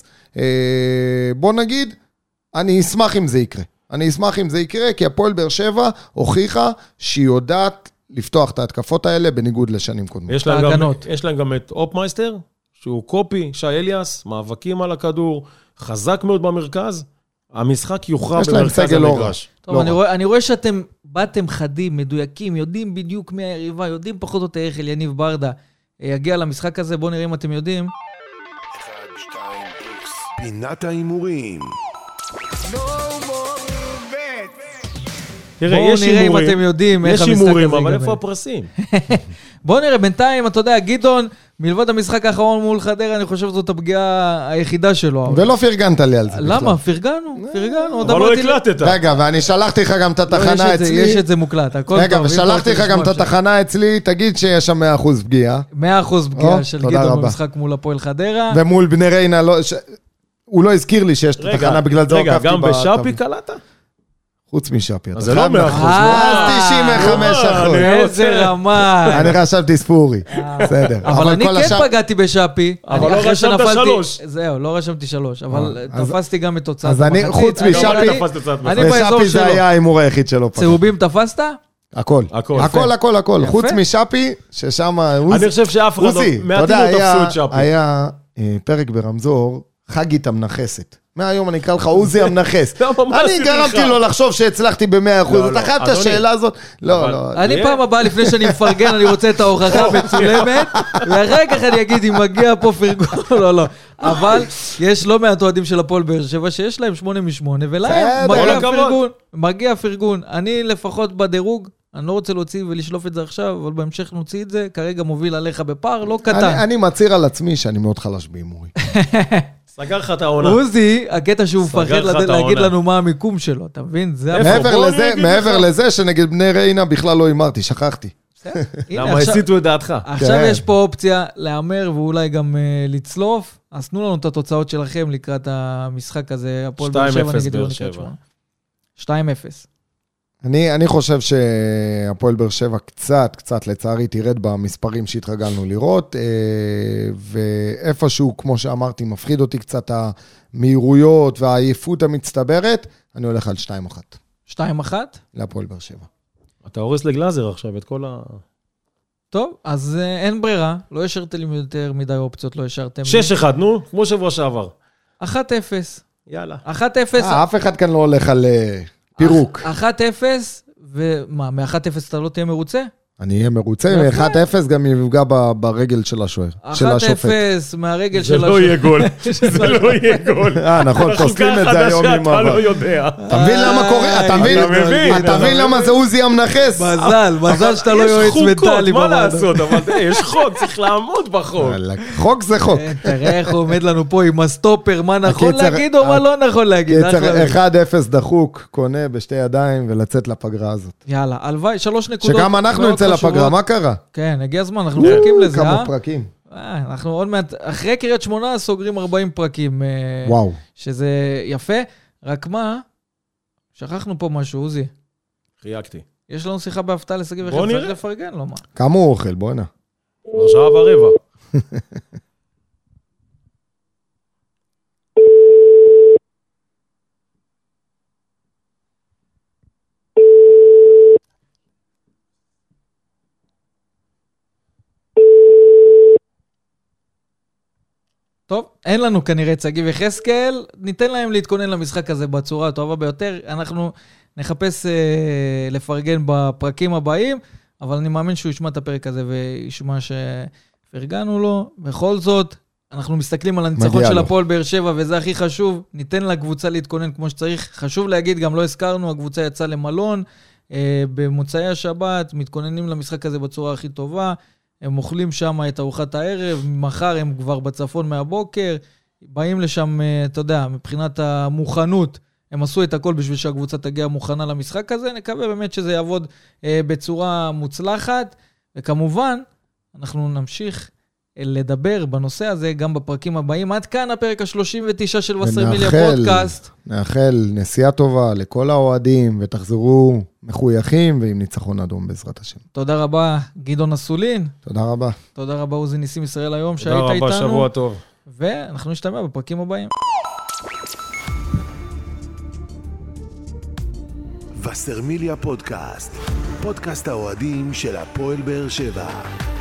Speaker 3: בוא נגיד, אני אשמח אם זה יקרה, אני אשמח אם זה יקרה, כי הפועל באר שבע הוכיחה שהיא יודעת לפתוח את ההתקפות האלה בניגוד לשנים קודמות.
Speaker 4: יש להם גם, יש להם גם את אופמייסטר, שהוא קופי, שי אליאס, מאבקים על הכדור, חזק מאוד במרכז, המשחק יוכרע במרכז המגרש.
Speaker 2: טוב, לא אני, רואה, אני רואה שאתם באתם חדים, מדויקים, יודעים בדיוק מי היריבה, יודעים פחות או יותר איך אליניב ברדה יגיע למשחק הזה, בואו נראה אם אתם יודעים.
Speaker 1: אחד, שתיים, איקס. פינת האימורים.
Speaker 2: תראה, בואו נראה אם אתם יודעים איך המשחק הזה ייגמר.
Speaker 4: יש הימורים, אבל איפה הפרסים?
Speaker 2: בואו נראה, בינתיים, אתה יודע, גדעון, מלבד המשחק האחרון מול חדרה, אני חושב שזאת הפגיעה היחידה שלו.
Speaker 3: ולא פרגנת לי על זה.
Speaker 2: למה? פרגנו, פרגנו.
Speaker 4: אבל לא הקלטת.
Speaker 3: רגע, ואני שלחתי לך גם את התחנה אצלי.
Speaker 2: יש את זה מוקלט.
Speaker 3: רגע, ושלחתי לך גם את התחנה אצלי, תגיד שיש שם מאה אחוז פגיעה.
Speaker 2: מאה אחוז פגיעה של גדעון במשחק מול הפועל חדרה.
Speaker 3: ומול בני ריינה, הוא לא הזכיר לי שיש את התחנה, בגלל זה
Speaker 4: רגע, גם בשאפי קלטת?
Speaker 3: חוץ משאפי.
Speaker 4: אז זה לא מאה אחוז.
Speaker 3: אז תשעים וחמש אחוז.
Speaker 2: איזה רמה.
Speaker 3: אני חשבתי ספורי. בסדר.
Speaker 2: אבל אני כן פגעתי בשאפי.
Speaker 4: אבל לא רשמת שלוש.
Speaker 2: זהו, לא רשמתי שלוש. אבל תפסתי גם את תוצאת.
Speaker 3: אז אני, חוץ משאפי, ושאפי זה היה האימור היחיד שלו.
Speaker 2: צהובים תפסת?
Speaker 3: הכל. הכל, הכל, הכל. חוץ משאפי, ששם...
Speaker 4: אני חושב שאף אחד לא... מעטים לא תפסו את שאפי.
Speaker 3: היה פרק ברמזור, חגית המנחסת. מהיום אני אקרא לך עוזי המנחס. אני גרמתי לו לחשוב שהצלחתי ב-מאה אחוז. אתה חייב את השאלה הזאת? לא, לא.
Speaker 2: אני פעם הבאה, לפני שאני מפרגן, אני רוצה את ההוכחה מצולמת, ואחר כך אני אגיד אם מגיע פה פרגון, לא, לא. אבל יש לא מעט אוהדים של הפועל באר שבע, שיש להם שמונה משמונה, ולהם מגיע פרגון. מגיע פרגון. אני לפחות בדירוג, אני לא רוצה להוציא ולשלוף את זה עכשיו, אבל בהמשך נוציא את זה, כרגע מוביל עליך בפער, לא קטן.
Speaker 3: אני מצהיר על עצמי שאני מאוד חלש בהימורים.
Speaker 4: סגר לך את העונה.
Speaker 2: עוזי, הקטע שהוא מפחד להגיד לנו מה המיקום שלו, אתה מבין?
Speaker 3: מעבר לזה שנגד בני ריינה בכלל לא אמרתי, שכחתי.
Speaker 4: למה הסיטו את דעתך?
Speaker 2: עכשיו יש פה אופציה לאמר ואולי גם לצלוף, אז תנו לנו את התוצאות שלכם לקראת המשחק הזה, הפועל באר שבע נגד באר שבע. שתיים אפס.
Speaker 3: אני, אני חושב שהפועל באר שבע קצת, קצת לצערי תירד במספרים שהתרגלנו לראות, ואיפשהו, כמו שאמרתי, מפחיד אותי קצת המהירויות והעייפות המצטברת, אני הולך על שתיים אחת.
Speaker 2: שתיים אחת?
Speaker 3: להפועל באר שבע.
Speaker 4: אתה הורס לגלאזר עכשיו את כל ה...
Speaker 2: טוב, אז אין ברירה, לא השארתם לי יותר מדי אופציות, לא השארתם...
Speaker 4: שש אחד, נו, כמו שבוע שעבר.
Speaker 2: אחת אפס.
Speaker 4: יאללה.
Speaker 2: אחת אפס.
Speaker 3: אף אחד כאן לא הולך על... פירוק.
Speaker 2: אחת אפס, ומה, מ-אחת אפס אתה לא תהיה מרוצה? אני
Speaker 3: אהיה מרוצה, מ-אחת אפס גם יפגע ברגל של השוער, של השופט.
Speaker 2: אחת אפס מהרגל של השופט.
Speaker 4: זה לא יהיה גול, זה לא יהיה גול.
Speaker 3: אה, נכון, תוספים את זה היום עם
Speaker 4: אתה לא יודע.
Speaker 3: אתה מבין למה קורה? אתה מבין למה זה עוזי המנחס?
Speaker 2: מזל, מזל שאתה לא יועץ מנטלי.
Speaker 4: מה לעשות, אבל יש חוק, צריך לעמוד בחוק.
Speaker 3: חוק זה חוק.
Speaker 2: תראה איך הוא עומד לנו פה עם הסטופר, מה נכון להגיד או מה לא נכון להגיד.
Speaker 3: אחת אפס דחוק, קונה בשתי ידיים ולצאת לפגרה הזאת.
Speaker 2: יאללה, הלוואי, שלוש נקודות.
Speaker 3: שגם אנחנו נצא לפגרה, מה קרה?
Speaker 2: כן, הגיע הזמן, אנחנו מחכים לזה,
Speaker 3: כמה פרקים.
Speaker 2: אנחנו עוד מעט, אחרי קריית שמונה סוגרים ארבעים פרקים.
Speaker 3: וואו.
Speaker 2: שזה יפה, רק מה, שכחנו פה משהו, עוזי.
Speaker 4: חייגתי.
Speaker 2: יש לנו שיחה בהפתעה לסגי וחד, צריך לפרגן, לא מה.
Speaker 3: כמה הוא אוכל, בוא הנה.
Speaker 4: שעה ורבע.
Speaker 2: טוב, אין לנו כנראה את שגיא וחזקאל, ניתן להם להתכונן למשחק הזה בצורה הטובה ביותר, אנחנו נחפש אה, לפרגן בפרקים הבאים, אבל אני מאמין שהוא ישמע את הפרק הזה וישמע שפרגנו לו. בכל זאת, אנחנו מסתכלים על הניצחון של הפועל באר שבע, וזה הכי חשוב, ניתן לקבוצה להתכונן כמו שצריך. חשוב להגיד, גם לא הזכרנו, הקבוצה יצאה למלון, אה, במוצאי השבת, מתכוננים למשחק הזה בצורה הכי טובה, הם אוכלים שם את ארוחת הערב, מחר הם כבר בצפון מהבוקר, באים לשם, אתה יודע, מבחינת המוכנות, הם עשו את הכל בשביל שהקבוצה תגיע מוכנה למשחק הזה, נקווה באמת שזה יעבוד אה, בצורה מוצלחת, וכמובן, אנחנו נמשיך לדבר בנושא הזה גם בפרקים הבאים. עד כאן הפרק ה-שלושים ותשע של וסרמיליה פודקאסט.
Speaker 3: נאחל נסיעה טובה לכל האוהדים, ותחזרו מחויכים ועם ניצחון אדום בעזרת השם.
Speaker 2: תודה רבה, גדעון אסולין.
Speaker 3: תודה רבה.
Speaker 2: תודה רבה, עוזי ניסים ישראל היום שהיית איתנו.
Speaker 4: תודה רבה, שבוע טוב.
Speaker 2: ואנחנו נשתמע בפרקים הבאים.
Speaker 1: וסרמיליה פודקאסט, פודקאסט האוהדים של הפועל באר שבע.